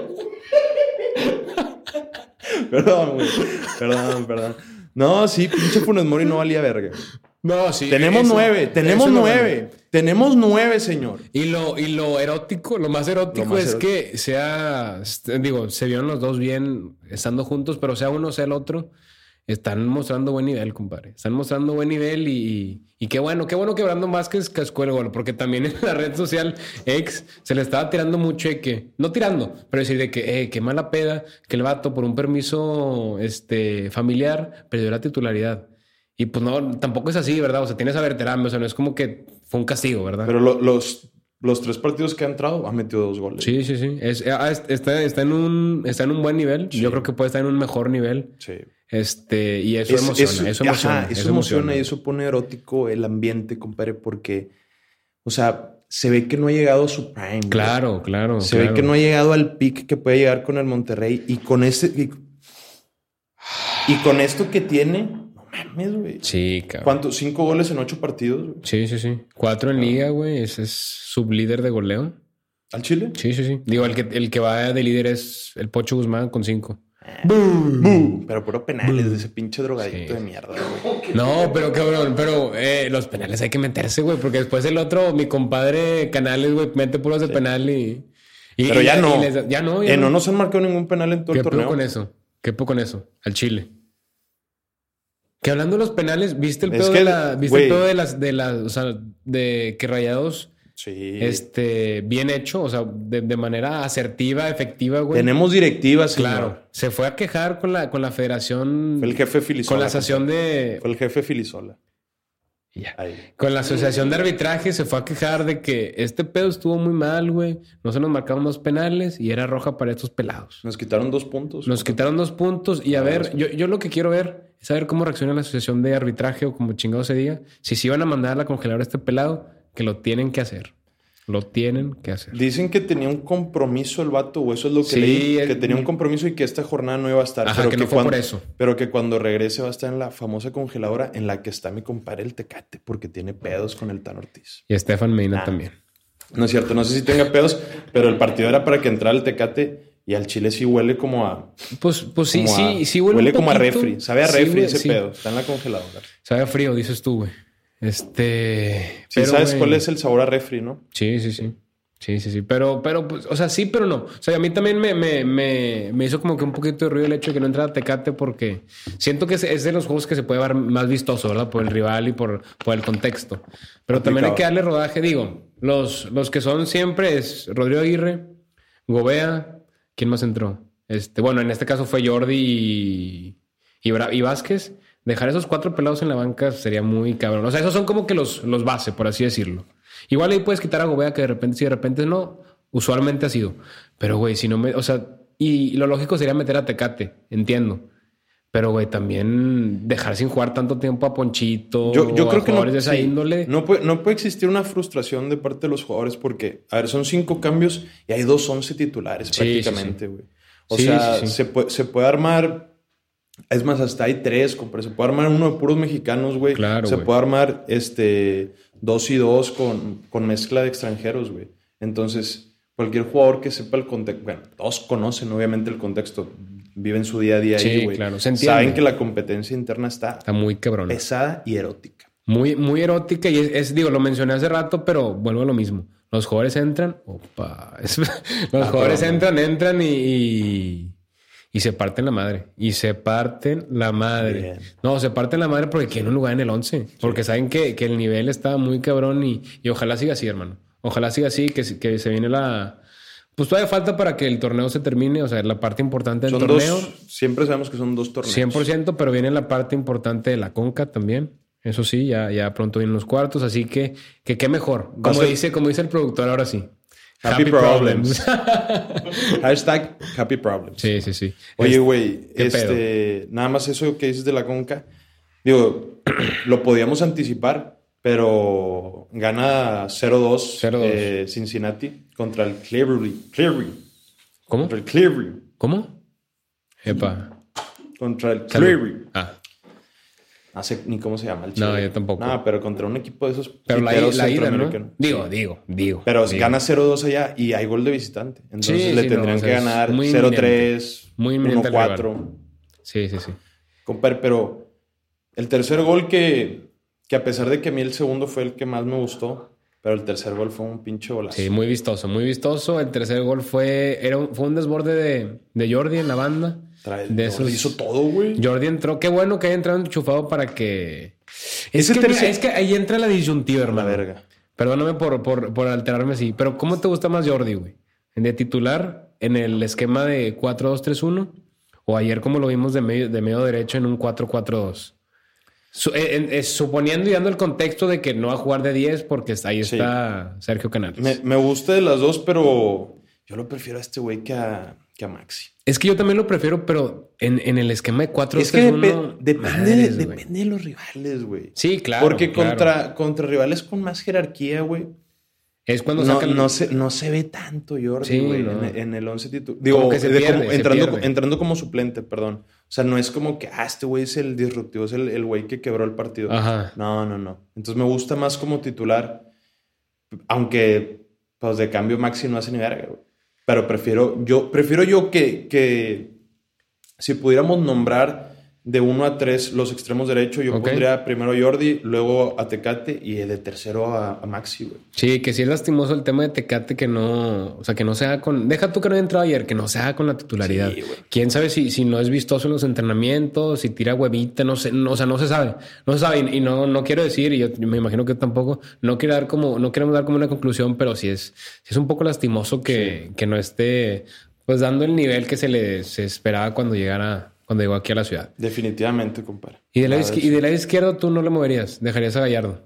Perdón, güey. Perdón. No, sí, pinche Funes Mori no valía verga. No, sí. Tenemos 9, Tenemos 9, señor. Y lo erótico, lo más erótico es que sea... Digo, se vieron los dos bien estando juntos, pero sea uno, sea el otro... Están mostrando buen nivel, compadre. Están mostrando buen nivel y qué bueno que Brandon Vázquez cascó el gol. Porque también en la red social X se le estaba tirando mucho de que... No tirando, pero decir de que qué mala peda que el vato por un permiso familiar perdió la titularidad. Y pues no, tampoco es así, ¿verdad? O sea, tienes a Berterame. O sea, no es como que fue un castigo, ¿verdad? Pero los 3 partidos que ha entrado ha metido 2 goles. Sí. Está en un buen nivel. Sí. Yo creo que puede estar en un mejor nivel. Sí. Y eso emociona. Eso emociona y eso pone erótico el ambiente, compadre, porque, o sea, se ve que no ha llegado a su prime. Claro. Se ve que no ha llegado al pick que puede llegar con el Monterrey y con con esto que tiene, no mames, güey. Sí, cabrón. ¿Cuántos? 5 goles en 8 partidos, güey. Sí. 4 en liga, güey. Ese es sublíder de goleo. ¿Al Chile? Sí. Digo, el que va de líder es el Pocho Guzmán con 5. ¡Bum! Pero puro penales de ese pinche drogadicto de mierda, güey. No, pero cabrón, los penales hay que meterse, güey, porque después el otro, mi compadre Canales, güey, mete puros de penal pero ya no. Ya no. No nos han marcado ningún penal en todo el torneo. ¿Qué pedo con eso? Al Chile. Que hablando de los penales, ¿viste el pedo de las, o sea, de que Rayados... Sí. Bien hecho, o sea, de manera asertiva, efectiva, güey. Tenemos directivas, señor. Claro. Se fue a quejar con la federación. Fue el jefe Filisola. Con la asociación de... Fue el jefe Filisola. Ya. Con la asociación de arbitraje se fue a quejar de que este pedo estuvo muy mal, güey. No se nos marcaron 2 penales y era roja para estos pelados. Nos quitaron 2 puntos. Y a ver, yo lo que quiero ver es saber cómo reacciona la asociación de arbitraje o como chingado se diga. Si se iban a mandar a la congeladora a este pelado, que lo tienen que hacer. Dicen que tenía un compromiso el vato, o eso es lo que leí. Que tenía un compromiso y que esta jornada no iba a estar. Ajá, pero que no fue por eso. Pero que cuando regrese va a estar en la famosa congeladora en la que está mi compadre el Tecate, porque tiene pedos con el Tan Ortiz. Y Estefan Medina también. No es cierto, no sé si tenga pedos, pero el partido era para que entrara el Tecate y al Chile sí huele como a... Pues sí huele como a refri. Sabe a refri ese pedo. Está en la congeladora. Sabe a frío, dices tú, güey. Sí, pero, sabes cuál es el sabor a refri, ¿no? Sí. Pero, pues, o sea, sí, pero no. O sea, a mí también me hizo como que un poquito de ruido el hecho de que no entrara Tecate porque siento que es de los juegos que se puede ver más vistoso, ¿verdad? Por el rival y por el contexto. Pero también hay que darle rodaje. Digo, los que son siempre es Rodrigo Aguirre, Gobea. ¿Quién más entró? Bueno, en este caso fue Jordi y Vázquez. Dejar esos 4 pelados en la banca sería muy cabrón. O sea, esos son como que los base, por así decirlo. Igual ahí puedes quitar a Gobea, que de repente sí, de repente no. Usualmente ha sido. Pero, güey, si no me... O sea, y lo lógico sería meter a Tecate. Entiendo. Pero, güey, también dejar sin jugar tanto tiempo a Ponchito. Yo creo que no, de esa índole. No puede existir una frustración de parte de los jugadores porque, a ver, son 5 cambios y hay 2 11 titulares prácticamente, güey. O sea, se puede armar... Es más, hasta hay 3, compadre. Se puede armar uno de puros mexicanos, güey. Claro, se puede armar 2 y 2 con mezcla de extranjeros, güey. Entonces, cualquier jugador que sepa el contexto, bueno, todos conocen obviamente el contexto, viven su día a día ahí, güey. Claro, se entiende. Saben que la competencia interna está muy cabrona. Pesada y erótica. Muy, muy erótica y digo, lo mencioné hace rato, pero vuelvo a lo mismo. Los jugadores entran, entran y se parten la madre. Y se parten la madre. Bien. No, se parten la madre porque quieren un lugar en el 11. Sí. Porque saben que el nivel está muy cabrón y ojalá siga así, hermano. Ojalá siga así, que se viene la... Pues todavía falta para que el torneo se termine. O sea, la parte importante del torneo. Siempre sabemos que son 2 torneos. 100%, pero viene la parte importante de la Conca también. Eso sí, ya pronto vienen los cuartos. Así que qué mejor. Como dice el productor ahora sí. Happy problems. Hashtag happy problems. Sí. Oye, güey, nada más eso que dices de la Conca. Digo, lo podíamos anticipar, pero gana 0-2 Cincinnati contra el Clevery. ¿Cómo? Contra el Clevery. ¿Cómo? Epa. Contra el Clevery. No sé ni cómo se llama el chico. No, yo tampoco. No, pero contra un equipo de esos. Pero la ida, ¿no? Digo. Pero gana 0-2 allá y hay gol de visitante. Entonces le tendrían que ganar 0-3, 1-4. Sí. Compadre, pero el tercer gol que a pesar de que a mí el segundo fue el que más me gustó, pero el tercer gol fue un pinche golazo. Sí, muy vistoso. El tercer gol fue un desborde de Jordi en la banda. Hizo todo, güey. Jordi entró. Qué bueno que haya entrado enchufado para que... Es que ahí entra la disyuntiva, hermano. La verga. Perdóname por alterarme así. Pero ¿cómo te gusta más Jordi, güey? ¿De titular en el esquema de 4-2-3-1? ¿O ayer como lo vimos de medio derecho en un 4-4-2? Suponiendo y dando el contexto de que no va a jugar de 10 porque ahí está Sergio Canales. Me gusta de las dos, pero yo lo prefiero a este güey que a Maxi. Es que yo también lo prefiero, pero en el esquema de 4-3-1... Es que depende de los rivales, güey. Sí, claro. Porque contra rivales con más jerarquía, güey, es cuando no se ve tanto Jordi, güey, en el 11 titular. Digo, como que se pierde, entrando como suplente, perdón. O sea, no es como que, este güey es el disruptivo, es el güey que quebró el partido. Ajá. No. Entonces me gusta más como titular, aunque, pues de cambio Maxi no hace ni verga, güey. Pero prefiero yo que si pudiéramos nombrar de 1 a 3 los extremos derechos, yo pondría primero a Jordi, luego a Tecate y de tercero a Maxi, güey. Sí, que sí es lastimoso el tema de Tecate que no... O sea, que no se haga con... Deja tú que no haya entrado ayer, que no se haga con la titularidad. Sí, quién sabe si no es vistoso en los entrenamientos, si tira huevita, no sé. O sea, no se sabe. No se sabe y no quiero decir, y yo me imagino que tampoco, no queremos dar como una conclusión, pero sí es un poco lastimoso que no esté pues dando el nivel que se esperaba cuando llegó aquí a la ciudad. Definitivamente, compadre. Y del lado izquierdo tú no le moverías, dejarías a Gallardo.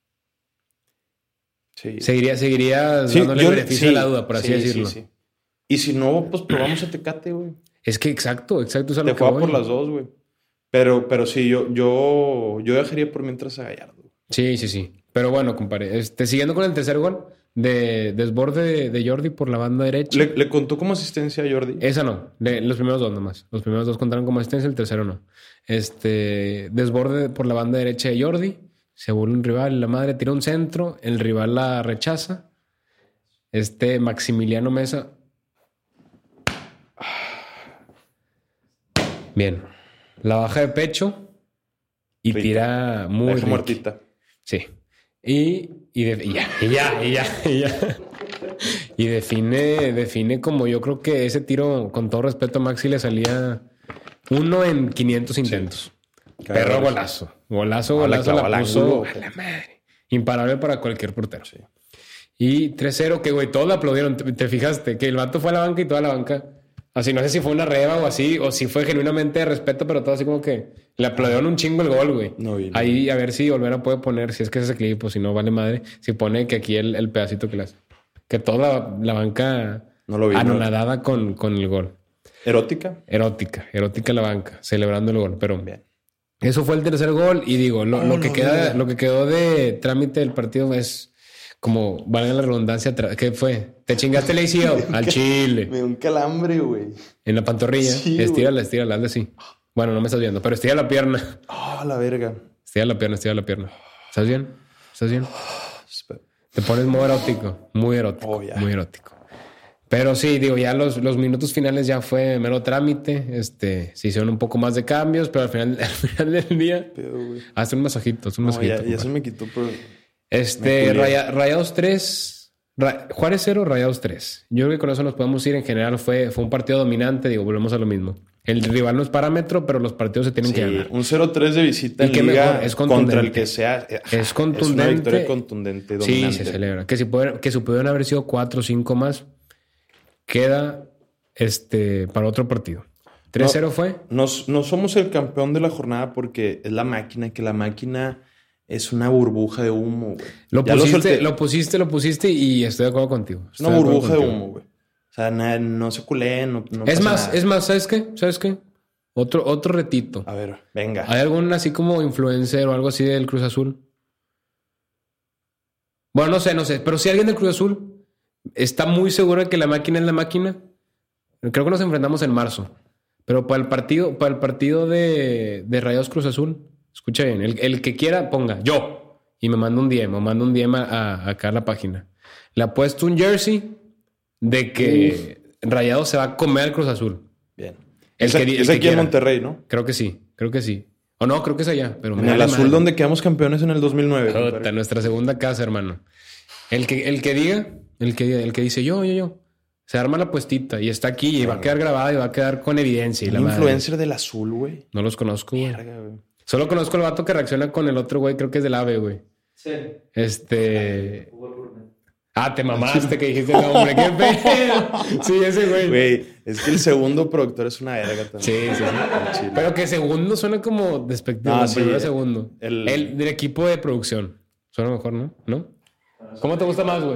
Sí. Seguirías dándole el beneficio de la duda, por así decirlo. Sí. Y si no, pues probamos a Tecate, güey. Es que exacto. Es algo te juega por las dos, güey. Pero sí, yo dejaría por mientras a Gallardo. Sí. Pero bueno, compadre, siguiendo con el tercer gol de desborde de Jordi por la banda derecha. ¿Le contó como asistencia a Jordi? Esa no. Los primeros dos nomás. Los primeros dos contaron como asistencia, el tercero no. Desborde por la banda derecha de Jordi. Se burla un rival, la madre tira un centro, el rival la rechaza. Maximiliano Mesa. Bien. La baja de pecho y rica. Tira muy rica. Muertita. Sí. Y ya. Y define como yo creo que ese tiro, con todo respeto a Maxi, le salía 1 en 500 intentos. Sí. Perro golazo. Golazo la puso a la madre. Imparable para cualquier portero. Sí. Y 3-0, que güey, todos lo aplaudieron. ¿Te fijaste? Que el vato fue a la banca y toda la banca. Así, no sé si fue una reba o así, o si fue genuinamente de respeto, pero todo así como que le aplaudieron un chingo el gol, güey. No. Ahí a ver si Olvera puede poner, si es que ese clip, o si no, vale madre, si pone que aquí el pedacito que le hace. Que toda la banca no lo vi, anonadada con el gol. ¿Erótica? Erótica la banca, celebrando el gol, pero bien. Eso fue el tercer gol y digo, lo que quedó de trámite del partido es... Como, valga la redundancia, ¿qué fue? ¿Te chingaste el ACL? Al chile. Me dio un calambre, güey. En la pantorrilla. Sí, estírala, hazle así. Bueno, no me estás viendo, pero estira la pierna. La verga. Estira la pierna. ¿Estás bien? Te pones muy erótico. Muy erótico. Pero sí, digo, ya los minutos finales ya fue mero trámite. Se hicieron un poco más de cambios, pero al final del día... Hazte un masajito, Ya se me quitó, pero... Rayados 3... Juárez 0, Rayados 3. Yo creo que con eso nos podemos ir. En general fue un partido dominante. Digo, volvemos a lo mismo. El rival no es parámetro, pero los partidos se tienen que ganar. Un 0-3 de visita en liga es contra el que sea. Es contundente. Es una victoria contundente, dominante. Sí, se celebra. Que si pudieron haber sido 4 o 5 más, queda para otro partido. 3-0 fue. No somos el campeón de la jornada porque es la máquina, que la máquina es una burbuja de humo, güey. Lo pusiste y estoy de acuerdo contigo. Es una burbuja de humo, güey. O sea, no se culeen, no es más, ¿sabes qué? Otro retito. A ver, venga. ¿Hay algún así como influencer o algo así del Cruz Azul? Bueno, no sé. Pero si alguien del Cruz Azul está muy seguro de que la máquina es la máquina, creo que nos enfrentamos en marzo. Pero para el partido de Rayados Cruz Azul, escucha bien, el que quiera ponga yo y me manda un DM acá a la página. Le ha puesto un jersey de que Rayados se va a comer al Cruz Azul. Bien. Es aquí en Monterrey, ¿no? Creo que sí. O no, creo que es allá. Pero en el azul donde quedamos campeones en el 2009. Nuestra segunda casa, hermano. El que dice yo. Se arma la puestita y está aquí y va a quedar grabada y va a quedar con evidencia. ¿Un influencer del azul, güey? No los conozco, güey. Solo conozco el vato que reacciona con el otro güey. Creo que es del AVE, güey. Sí. Te mamaste que dijiste el nombre. ¡Qué pedo! Sí, ese güey. Güey, es que el segundo productor es una verga también. Sí. Pero que segundo suena como despectivo. Primero segundo. El del equipo de producción. Suena mejor, ¿no? ¿Cómo te gusta más, güey?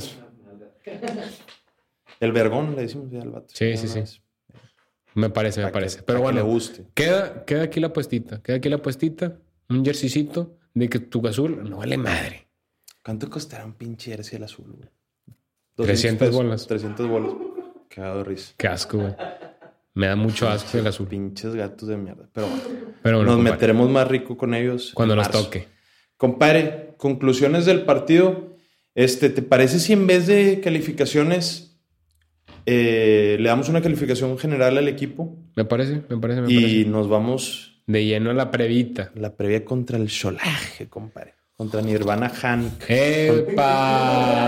El vergón, le decimos ya al vato. Sí. Me parece. Pero bueno, le guste. Queda aquí la puestita. Un jerseycito de que tu azul no vale madre. ¿Cuánto costará un pinche jersey el azul, güey? 300 bolas. 300 bolas. Cagado de risa. Qué asco, güey. Me da mucho asco el azul. Pinches gatos de mierda. Pero bueno, nos meteremos más rico con ellos cuando nos toque. Compadre, conclusiones del partido. ¿Te parece si en vez de calificaciones le damos una calificación general al equipo? Me parece. Y nos vamos... de lleno a la previta. La previa contra el Xolaje, compadre. Contra Nirvana Hank. ¡Epa!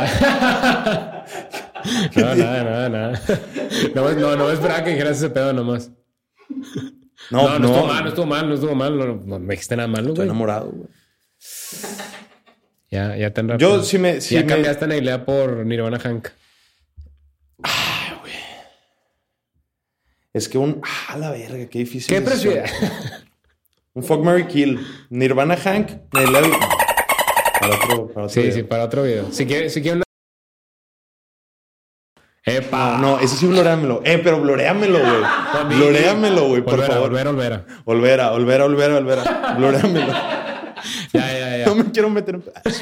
Nada. No esperaba que dijeras ese pedo nomás. No estuvo mal. No me dijiste nada malo, güey. Estoy enamorado, güey. Ya tan rápido. Yo sí me... ya cambiaste la idea por Nirvana Hank. Güey. Es que la verga, qué difícil. ¿Qué prefieres? Un fuck, marry, kill. Nirvana Hank. Para otro sí, video. Sí, para otro video. Si quiere una... ¡Epa! No, ese sí bloreámelo. Pero bloreámelo, güey. Bloreámelo, güey, por favor. Olvera. Bloreámelo. Ya. No me quiero meter en...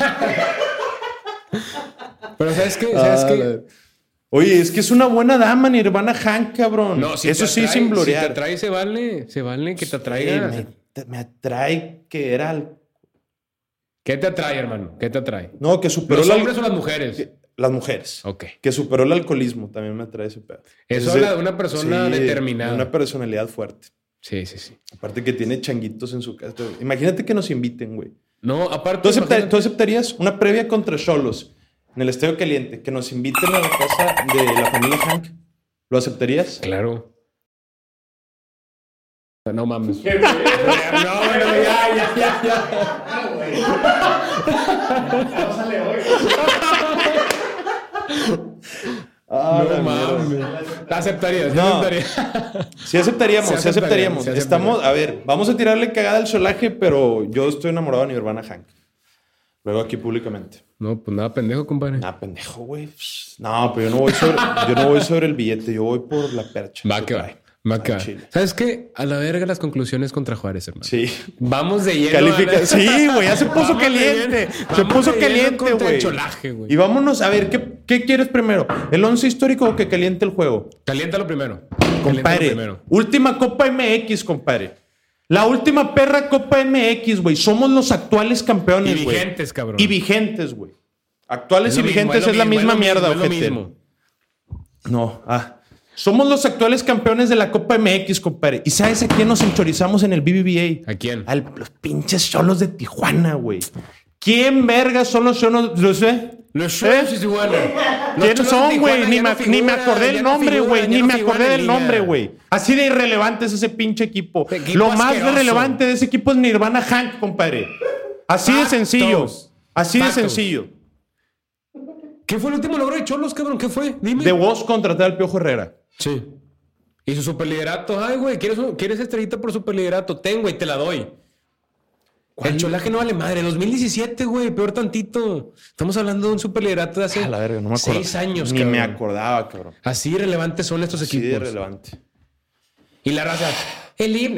Pero ¿sabes qué? Oye, es que es una buena dama, Nirvana Hank, cabrón. No, eso sí, sin blorear. Si te atrae, se vale que te atraiga. Me atrae que era... ¿Qué te atrae, hermano? ¿Qué te atrae? No, que superó... ¿Los hombres o las mujeres? Las mujeres. Ok. Que superó el alcoholismo. También me atrae ese pedo. Eso habla de una persona determinada. Una personalidad fuerte. Sí. Aparte que tiene changuitos en su casa. Imagínate que nos inviten, güey. No, aparte... ¿Tú aceptarías una previa contra Xolos en el Estadio Caliente? Que nos inviten a la casa de la familia Hank. ¿Lo aceptarías? Claro. No mames. Ya. Sale hoy. No mames. Aceptarías. Sí aceptaríamos. Estamos, a ver, vamos a tirarle cagada al Xolaje, pero yo estoy enamorado de Nirvana Hank. Luego aquí públicamente. No, pues nada pendejo, compadre. Nada pendejo, güey. No, pero yo no voy sobre el billete, yo voy por la percha. Va que va. ¿Sabes qué? A la verga las conclusiones contra Juárez, hermano. Sí. Vamos de lleno. Sí, güey, ya se puso caliente. Se puso caliente, güey. Y vámonos a ver, ¿qué quieres primero? ¿El 11 histórico o que caliente el juego? Caliéntalo primero. Compadre, última Copa MX, compadre. La última perra Copa MX, güey. Somos los actuales campeones, güey. Y vigentes, cabrón. Y vigentes, güey. Actuales y vigentes es la misma mierda, ojete. No, somos los actuales campeones de la Copa MX, compadre. ¿Y sabes a quién nos enchorizamos en el BBVA? ¿A quién? Los pinches Cholos de Tijuana, güey. ¿Quién verga son los Cholos? Los Cholos de Tijuana. ¿Quiénes son, güey? Ni me acordé del nombre, güey. Ni me acordé del nombre, güey. Así de irrelevante es ese pinche equipo. Lo más relevante de ese equipo es Nirvana Hank, compadre. Así de sencillo. Así de sencillo. ¿Qué fue el último logro de Cholos, cabrón? ¿Qué fue? Dime. De vos contratar al Piojo Herrera. Sí. Y su superliderato. Ay, güey, ¿quieres estrellita por superliderato? Ten, güey, te la doy. El cholaje no vale madre. 2017, güey, peor tantito. Estamos hablando de un superliderato de hace la verga, no me acuerdo. 6 años, Ni cabrón. me acordaba, cabrón. Así relevantes son estos equipos. Así de relevante. Y la raza, el himno.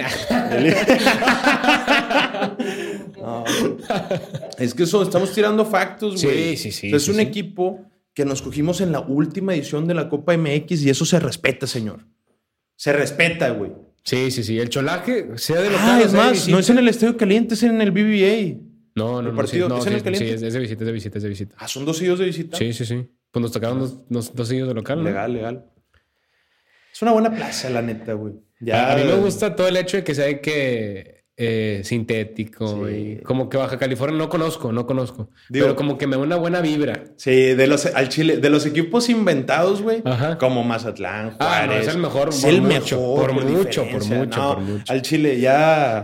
No, es que estamos tirando factos, güey. Sí. Es un equipo que nos cogimos en la última edición de la Copa MX y eso se respeta, señor. Se respeta, güey. Sí. El cholaje, sea de local. Es más, no es en el Estadio Caliente, es en el BBVA. No. ¿El partido es en el Caliente? Sí, es de visita. ¿Son 2 seguidos de visita? Sí. Pues nos tocaron dos seguidos de local, ¿no? Legal. Es una buena plaza, la neta, güey. A mí me gusta todo el hecho de que sea sintético y como que Baja California no conozco. Pero como que me da una buena vibra. Sí, al Chile, de los equipos inventados, güey, como Mazatlán, Juárez. No, es el mejor. Es el mejor. Por mucho. Al Chile, ya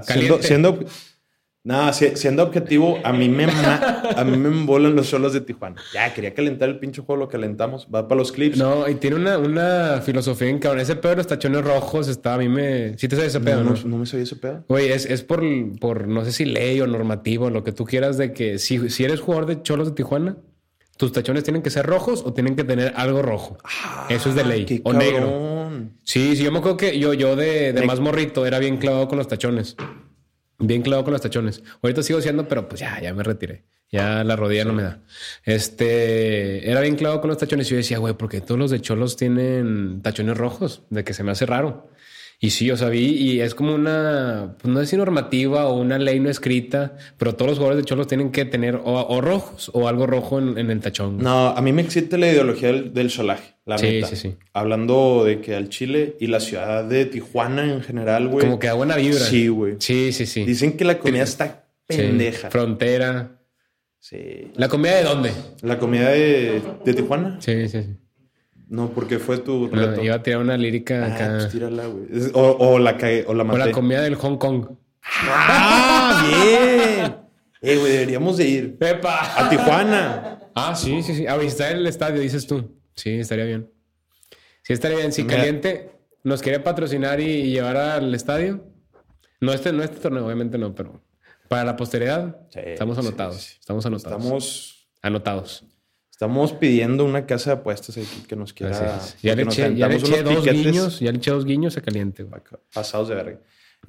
siendo objetivo, a mí me embolan los Cholos de Tijuana. Ya, quería calentar el pinche juego, lo calentamos. Va para los clips. No, y tiene una filosofía en cabrón. Ese pedo de los tachones rojos está, a mí me... ¿Sí te sabes ese pedo, no? No me sabía ese pedo. Güey, es por no sé si ley o normativo, lo que tú quieras, de que si eres jugador de Cholos de Tijuana, tus tachones tienen que ser rojos o tienen que tener algo rojo. Eso es de ley. O cabrón. Negro. Sí, yo me acuerdo que yo de más morrito era bien clavado con los tachones. Ahorita sigo siendo, pero pues ya me retiré. Ya la rodilla no me da. Era bien clavado con los tachones. Y yo decía, güey, ¿por qué todos los de Cholos tienen tachones rojos? De que se me hace raro. Y sí, o sea, y es como una, pues no sé si normativa o una ley no escrita, pero todos los jugadores de Cholos tienen que tener o rojos o algo rojo en el tachón. No, a mí me excita la ideología del cholaje, la neta. Sí. Hablando de que al Chile y la ciudad de Tijuana en general, güey. Como que da buena vibra. Sí, güey. Sí. Dicen que la comida está pendeja. Frontera. Sí. ¿La comida de dónde? ¿La comida de Tijuana? Sí. No, porque fue tu reto. Iba a tirar una lírica acá. Pues tírala, güey. O la maté. O la comida del Hong Kong. ¡Bien! Güey, deberíamos de ir. ¡Pepa! A Tijuana. Sí. A visitar el estadio, dices tú. Sí, estaría bien. Sí, estaría bien. Si Caliente nos quiere patrocinar y llevar al estadio. No este torneo, obviamente no, pero para la posteridad estamos anotados. Sí. Estamos anotados. Estamos pidiendo una casa de apuestas aquí que nos quiera. Ya le eché 2 guiños a Caliente. Güey. Pasados de verga.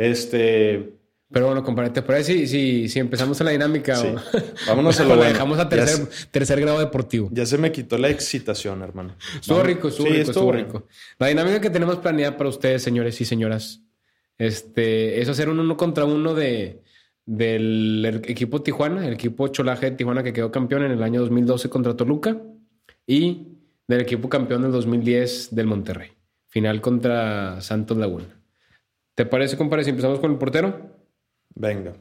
Pero bueno, compadre, ¿te parece si empezamos en la dinámica? Sí. O... Vámonos a lo bueno. Dejamos a tercer grado deportivo. Ya se me quitó la excitación, hermano. Estuvo rico. La dinámica que tenemos planeada para ustedes, señores y señoras, es hacer un 1 contra 1 del equipo Tijuana, el equipo Cholaje de Tijuana que quedó campeón en el año 2012 contra Toluca y del equipo campeón del 2010 del Monterrey. Final contra Santos Laguna. ¿Te parece, compadre, si empezamos con el portero? Venga.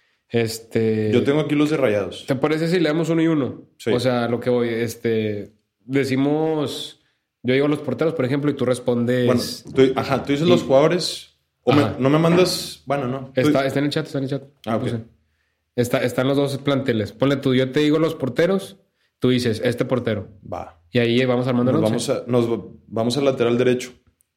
Yo tengo aquí los de Rayados. ¿Te parece si le damos 1 y 1? Sí. O sea, lo que voy, decimos... Yo digo los porteros, por ejemplo, y tú respondes... Bueno, tú dices los jugadores... no me mandas... Bueno, no. Está en el chat. Ok. Están los dos planteles. Ponle tú, yo te digo los porteros, tú dices este portero. Va. Y ahí vamos armando el once. Nos vamos al lateral derecho.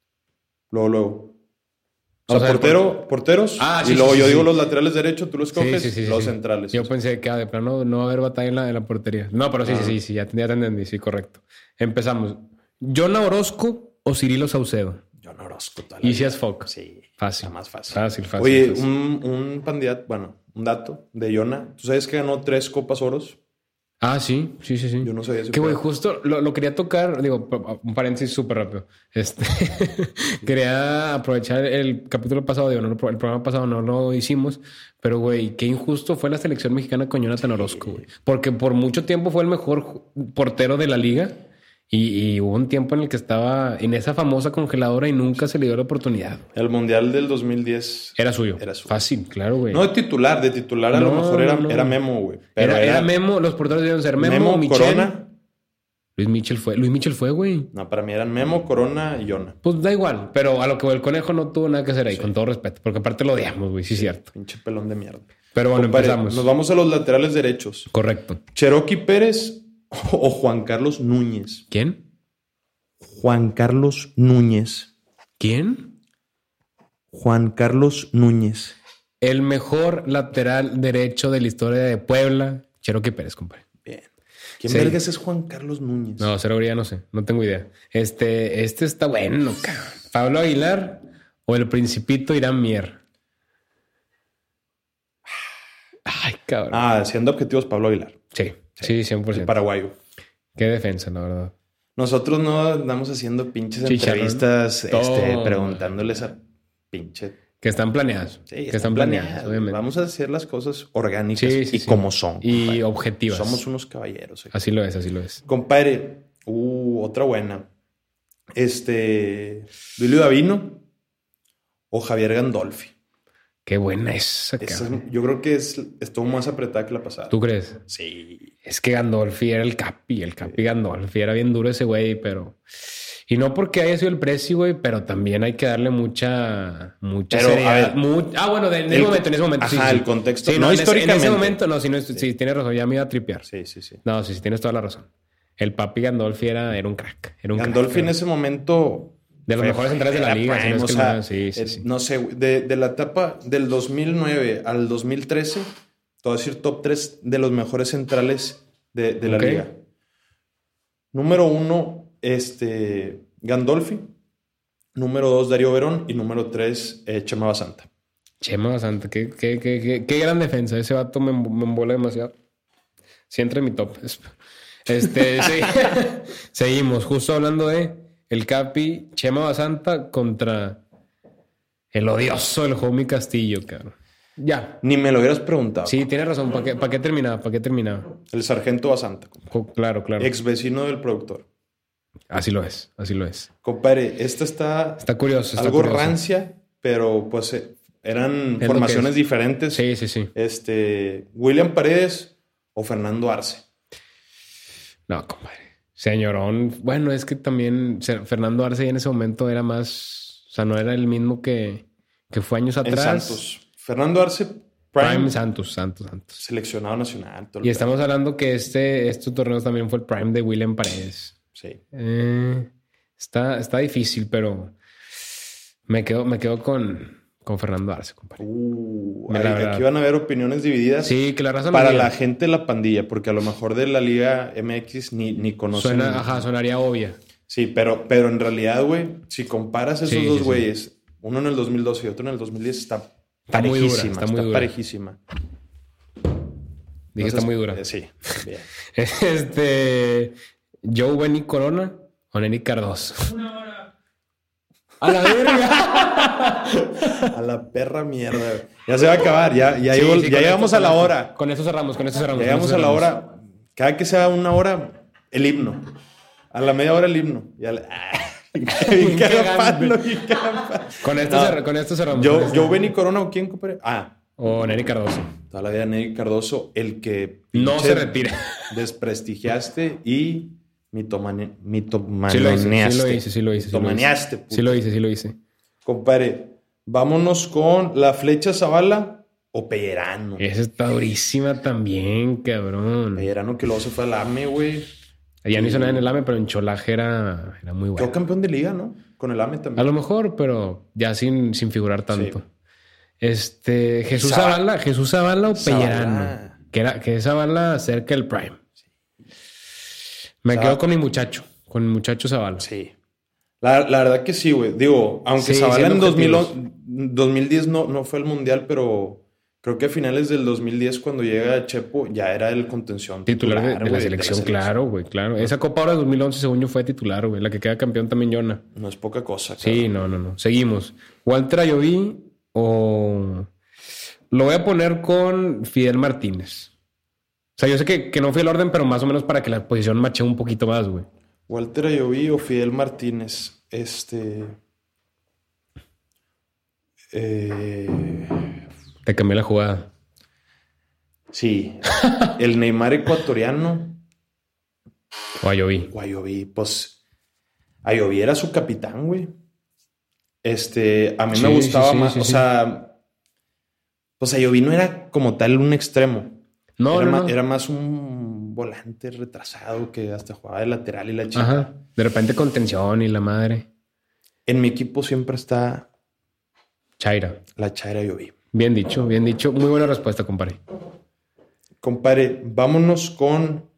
Luego. O sea, porteros. Y luego yo digo los laterales derechos, tú los coges, los centrales. Yo pensé que de plano no va a haber batalla en la portería. No, pero sí, ya te entendí. Sí, correcto. Empezamos. ¿Jonah Orozco o Cirilo Saucedo? Jonah Orozco. Easy as fuck. Sí. Fácil. Más fácil. Fácil. Oye, un candidato, un dato de Jonah. ¿Tú sabes que ganó 3 Copas Oros? Sí. Yo no sabía eso. Que güey, justo lo quería tocar, digo, un paréntesis súper rápido. Quería aprovechar el capítulo pasado, el programa pasado no lo hicimos, pero güey, qué injusto fue la selección mexicana con Jonathan Orozco, güey. Porque por mucho tiempo fue el mejor portero de la liga Y hubo un tiempo en el que estaba en esa famosa congeladora y nunca se le dio la oportunidad. El Mundial del 2010 era suyo. Fácil, claro, güey. No de titular a lo mejor era Memo, güey. Era Memo, los porteros debían ser Memo, Michel. Corona. Luis Michel fue, güey. No, para mí eran Memo, Corona y Yona. Pues da igual, pero a lo que el Conejo no tuvo nada que hacer ahí, con todo respeto, porque aparte lo odiamos, güey, sí es cierto. Pinche pelón de mierda. Pero bueno, empezamos. Nos vamos a los laterales derechos. Correcto. Cherokee Pérez o Juan Carlos Núñez. ¿Quién? Juan Carlos Núñez. ¿Quién? Juan Carlos Núñez. El mejor lateral derecho de la historia de Puebla, Cherokee Pérez, compadre. Bien. ¿Quién vergas es Juan Carlos Núñez? No, seguridad no sé. No tengo idea. Este está bueno, cabrón. ¿Pablo Aguilar o el Principito Irán Mier? Ay, cabrón. Siendo objetivos, Pablo Aguilar. Sí, 100%. El paraguayo. Qué defensa, la verdad. Nosotros no andamos haciendo pinches entrevistas preguntándoles a pinche... Que están planeadas. Sí, que están planeadas, obviamente. Vamos a hacer las cosas orgánicas y como son. Y compadre. Objetivas. Somos unos caballeros. Así lo es. Compadre, otra buena. Duilio Davino o Javier Gandolfi. Qué buena esa, yo creo que estuvo más apretada que la pasada. ¿Tú crees? Sí. Es que Gandolfi era el Capi Gandolfi. Era bien duro ese güey, pero... Y no porque haya sido el precio, güey, pero también hay que darle mucha seriedad. En ese momento. Ajá, el contexto. Sí, no históricamente. En ese momento, no, sí, tienes razón, ya me iba a tripear. Sí. No, sí, tienes toda la razón. El Papi Gandolfi era un crack. Gandolfi en ese momento... De los mejores centrales de la liga. No sé, de la etapa del 2009 al 2013, te voy a decir top 3 de los mejores centrales de la liga. Número 1, Gandolfi. Número 2, Darío Verón. Y número 3, Chema Basanta. Chema Basanta, qué gran defensa. Ese vato me embola demasiado. Sí entra en mi top. Seguimos. Justo hablando de el Capi, Chema Basanta contra el odioso del Homie Castillo, cabrón. Ya. Ni me lo hubieras preguntado. Sí, tienes razón. ¿Para qué terminaba? El sargento Basanta. Claro. Ex vecino del productor. Así lo es. Compadre, esta está curioso. Algo rancia, pero pues eran formaciones diferentes. Sí. William Paredes o Fernando Arce. No, compadre. Señorón. Bueno, es que también Fernando Arce en ese momento era más... O sea, no era el mismo que fue años atrás. En Santos. Fernando Arce, Prime Santos. Seleccionado nacional. Y estamos hablando que este torneo también fue el Prime de William Paredes. Sí. Está difícil, pero me quedo con Fernando Arce, compadre. Aquí van a haber opiniones divididas. Sí, que la raza para la gente de la pandilla, porque a lo mejor de la Liga MX ni conocen. Sonaría obvia. Sí, pero en realidad, güey, si comparas esos dos güeyes, uno en el 2012 y otro en el 2010, está parejísima. Está muy dura. Parejísima. Dije, está muy dura. Sí. Bien. Joe Benny Corona o Neni Cardoso. Una hora. ¡A la verga! A la perra mierda. Ya se va a acabar. Ya llegamos a la hora. Con eso cerramos. Llegamos a la hora. Cada que sea una hora, el himno. A la media hora el himno. Con esto cerramos. Joe Benny Corona o quién, compadre. O Neni Cardoso. Toda la vida Neni Cardoso, el que no se retira. Desprestigiaste y mitomaneaste. Sí lo hice. Sí lo hice. Compadre, vámonos con la Flecha Zavala o Pellerano. Esa está durísima también, cabrón. Pellerano que luego se fue al AME, güey. Ya no hizo nada en el AME, pero en Cholaje era muy bueno. Quedó campeón de liga, ¿no? Con el AME también. A lo mejor, pero ya sin figurar tanto. Sí. Jesús Zavala o Pellerano. Que es Zavala cerca del Prime. Me quedo con mi muchacho Zavala. Sí. La verdad que sí, güey. Digo, aunque Zavala en 2010 no fue el Mundial, pero creo que a finales del 2010, cuando llega Chepo, ya era el contención. Titular de la selección, claro, güey, claro. Esa Copa Oro de 2011, según yo, fue titular, güey. La que queda campeón también, Yona. No es poca cosa. Sí, claro. No. Seguimos. Walter Ayoví o... Lo voy a poner con Fidel Martínez. O sea, yo sé que no fue el orden, pero más o menos para que la posición mache un poquito más, güey. Walter Ayoví o Fidel Martínez. Te cambié la jugada. Sí. El Neymar ecuatoriano. O Ayoví. Pues Ayoví era su capitán, güey. A mí me gustaba más. O sea, pues Ayoví no era como tal un extremo. No. Era más un volante retrasado que hasta jugaba de lateral y la chica. Ajá. De repente contención y la madre. En mi equipo siempre está Chaira. la Chaira Ayoví. Bien dicho. Muy buena respuesta, compadre. Compadre, vámonos con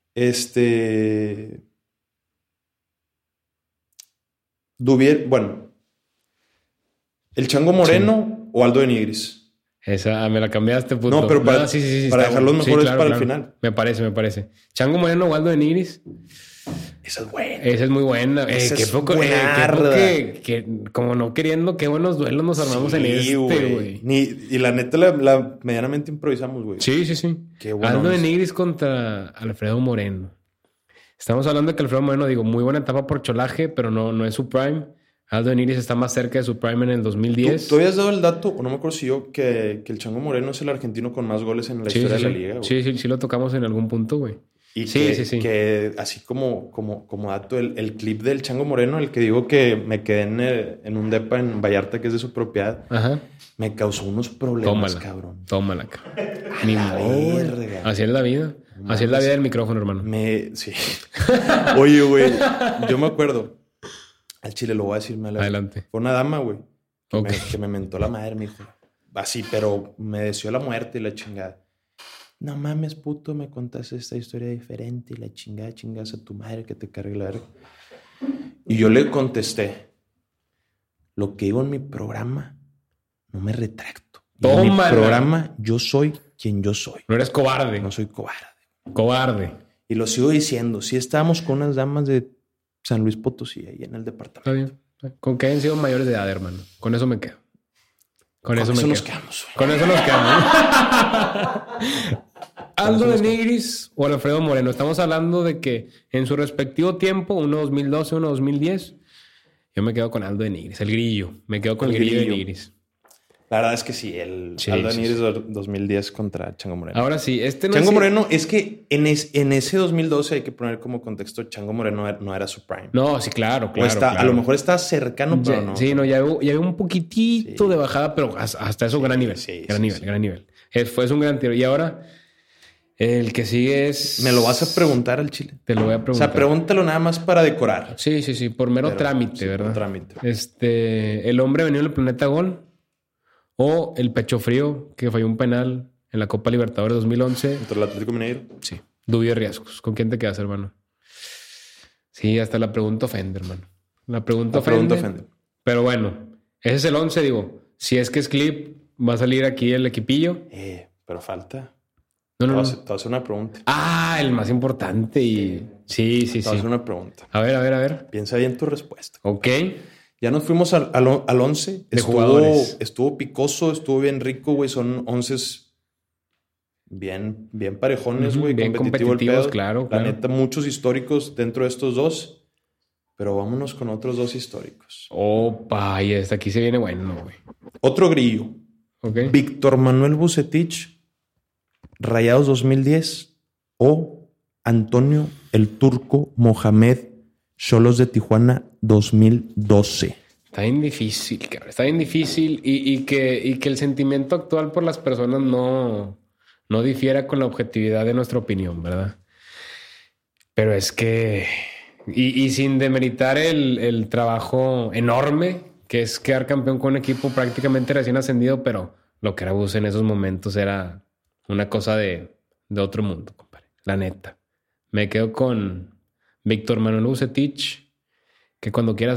Duvier. Bueno, ¿el Chango Moreno o Aldo de Nigris? Esa me la cambiaste, puto. No, pero para, sí, para dejar los mejores claro, para claro. el final. Me parece. Chango Moreno o Aldo de Nigris. Esa es buena. Esa es muy buena. Qué poco que como no queriendo, qué buenos duelos nos armamos en güey. Y la neta la medianamente improvisamos, güey. Sí. Qué bueno. Aldo de Nigris contra Alfredo Moreno. Estamos hablando de que Alfredo Moreno, digo, muy buena etapa por cholaje, pero no es su prime. Aldo de Nigris está más cerca de su prime en el 2010. ¿Tú habías dado el dato, o no me acuerdo si yo, que el Chango Moreno es el argentino con más goles en la historia de la liga, güey? Sí, lo tocamos en algún punto, güey. Y que así como dato, el clip del Chango Moreno, el que digo que me quedé en un depa en Vallarta, que es de su propiedad, ajá, me causó unos problemas, cabrón. Tómala. Ni modo. Así es la vida. Así es la vida del micrófono, hermano. Sí. Oye, güey, yo me acuerdo. Al chile lo voy a decir mal. Adelante. Fue una dama, güey, Okay. que me mentó la madre, me dijo. Así, pero me deseó la muerte y la chingada. No mames, puto, me contaste esta historia diferente y la chingada, chingas a tu madre que te cargue la verga. Y yo le contesté, lo que digo en mi programa, no me retracto. En mi programa, yo soy quien yo soy. No eres cobarde. No soy cobarde. Cobarde. Y lo sigo diciendo, sí estábamos con unas damas de San Luis Potosí, ahí en el departamento. Está bien. Con que hayan sido mayores de edad, hermano. Con eso me quedo. Con eso nos quedamos. Con eso nos quedamos. Aldo de Nigris o Alfredo Moreno. Estamos hablando de que en su respectivo tiempo, uno 2012, uno 2010, yo me quedo con Aldo de Nigris, el grillo. Me quedo con el grillo de Nigris. La verdad es que sí, Aldo de Nigris 2010 contra Chango Moreno. Ahora sí, Chango Moreno, es que en ese 2012 hay que poner como contexto, Chango Moreno no era su prime. No, sí, claro. A lo mejor está cercano, pero no. Sí, no, ya había un poquitito de bajada, pero hasta eso gran nivel. Gran nivel. Fue un gran tiro. Y ahora, el que sigue es... ¿Me lo vas a preguntar al chile? Te lo voy a preguntar. O sea, pregúntalo nada más para decorar. Sí, por mero trámite, ¿verdad? Por trámite. El hombre venido del planeta Gol o el pecho frío que falló un penal en la Copa Libertadores 2011. ¿Contra el Atlético Mineiro? Sí. Dubios riesgos. ¿Con quién te quedas, hermano? Sí, hasta la pregunta ofende, hermano. La pregunta ofende. Pero bueno, ese es el 11, digo. Si es que es clip, va a salir aquí el equipillo. Pero falta. No. Te voy a hacer una pregunta. El más importante y... Sí. Te voy a hacer una pregunta. A ver. Piensa bien tu respuesta. Ok. Ya nos fuimos al 11. De jugadores. Estuvo picoso, estuvo bien rico, güey. Son 11 bien parejones, güey. Bien competitivos, claro. La neta, muchos históricos dentro de estos dos. Pero vámonos con otros dos históricos. Opa, y hasta aquí se viene bueno, güey. Otro grillo. Okay. Víctor Manuel Vucetich, Rayados 2010 o Antonio el Turco Mohamed, Xolos de Tijuana 2012. Está bien difícil, cabrón. Está bien difícil y que el sentimiento actual por las personas no difiera con la objetividad de nuestra opinión, ¿verdad? Pero es que... Y sin demeritar el trabajo enorme que es quedar campeón con un equipo prácticamente recién ascendido, pero lo que era Bus en esos momentos era una cosa de otro mundo, compadre. La neta. Me quedo con Víctor Manuel Vucetich, que cuando quiera,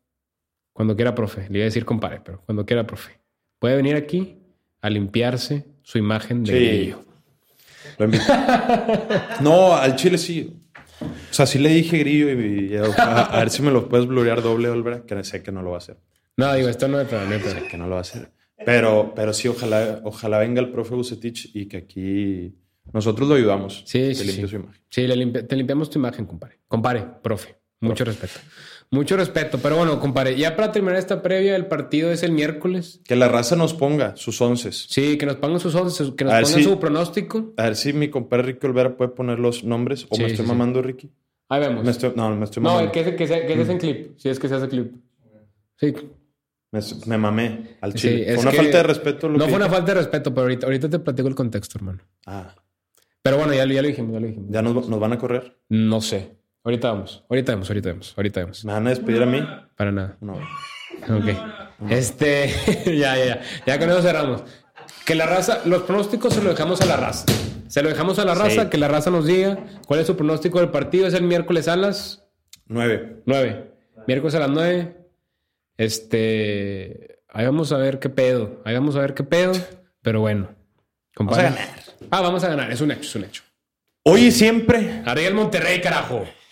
profe. Le iba a decir compadre, pero cuando quiera, profe. Puede venir aquí a limpiarse su imagen de grillo. Lo invito. No, al chile sí. O sea, sí le dije grillo y a ver si me lo puedes blurear doble, Olvera, que sé que no lo va a hacer. No, digo, esto no es para neta. Sé que no lo va a hacer. Pero sí, ojalá venga el profe Vucetich y que aquí nosotros lo ayudamos. Sí, limpie su imagen. Sí, te limpiamos tu imagen, compadre. Compadre, profe. Mucho respeto. Mucho respeto. Pero bueno, compadre, ya para terminar esta previa, el partido es el miércoles. Que la raza nos ponga sus onces. Sí, que nos pongan sus onces, que nos pongan su pronóstico. A ver si mi compadre Ricky Olvera puede poner los nombres. O me estoy mamando, Ricky. Ahí vemos. Me estoy mamando. No, que se hace en clip. Si es que se hace clip. Sí. Me mamé al chile. Sí, fue una falta de respeto. No fue una falta de respeto, pero ahorita te platico el contexto, hermano. Pero bueno, ya lo dijimos. ¿Ya nos van a correr? No sé. Ahorita vamos. ¿Me van a despedir a mí? Para nada. No. Ok. Ya con eso cerramos. Que la raza, los pronósticos se los dejamos a la raza. Que la raza nos diga cuál es su pronóstico del partido. Es el miércoles a las 9. Miércoles a las 9. Ahí vamos a ver qué pedo. Pero bueno. Compadre. Vamos a ganar. Vamos a ganar. Es un hecho. Hoy y siempre. Arriba el Monterrey, carajo.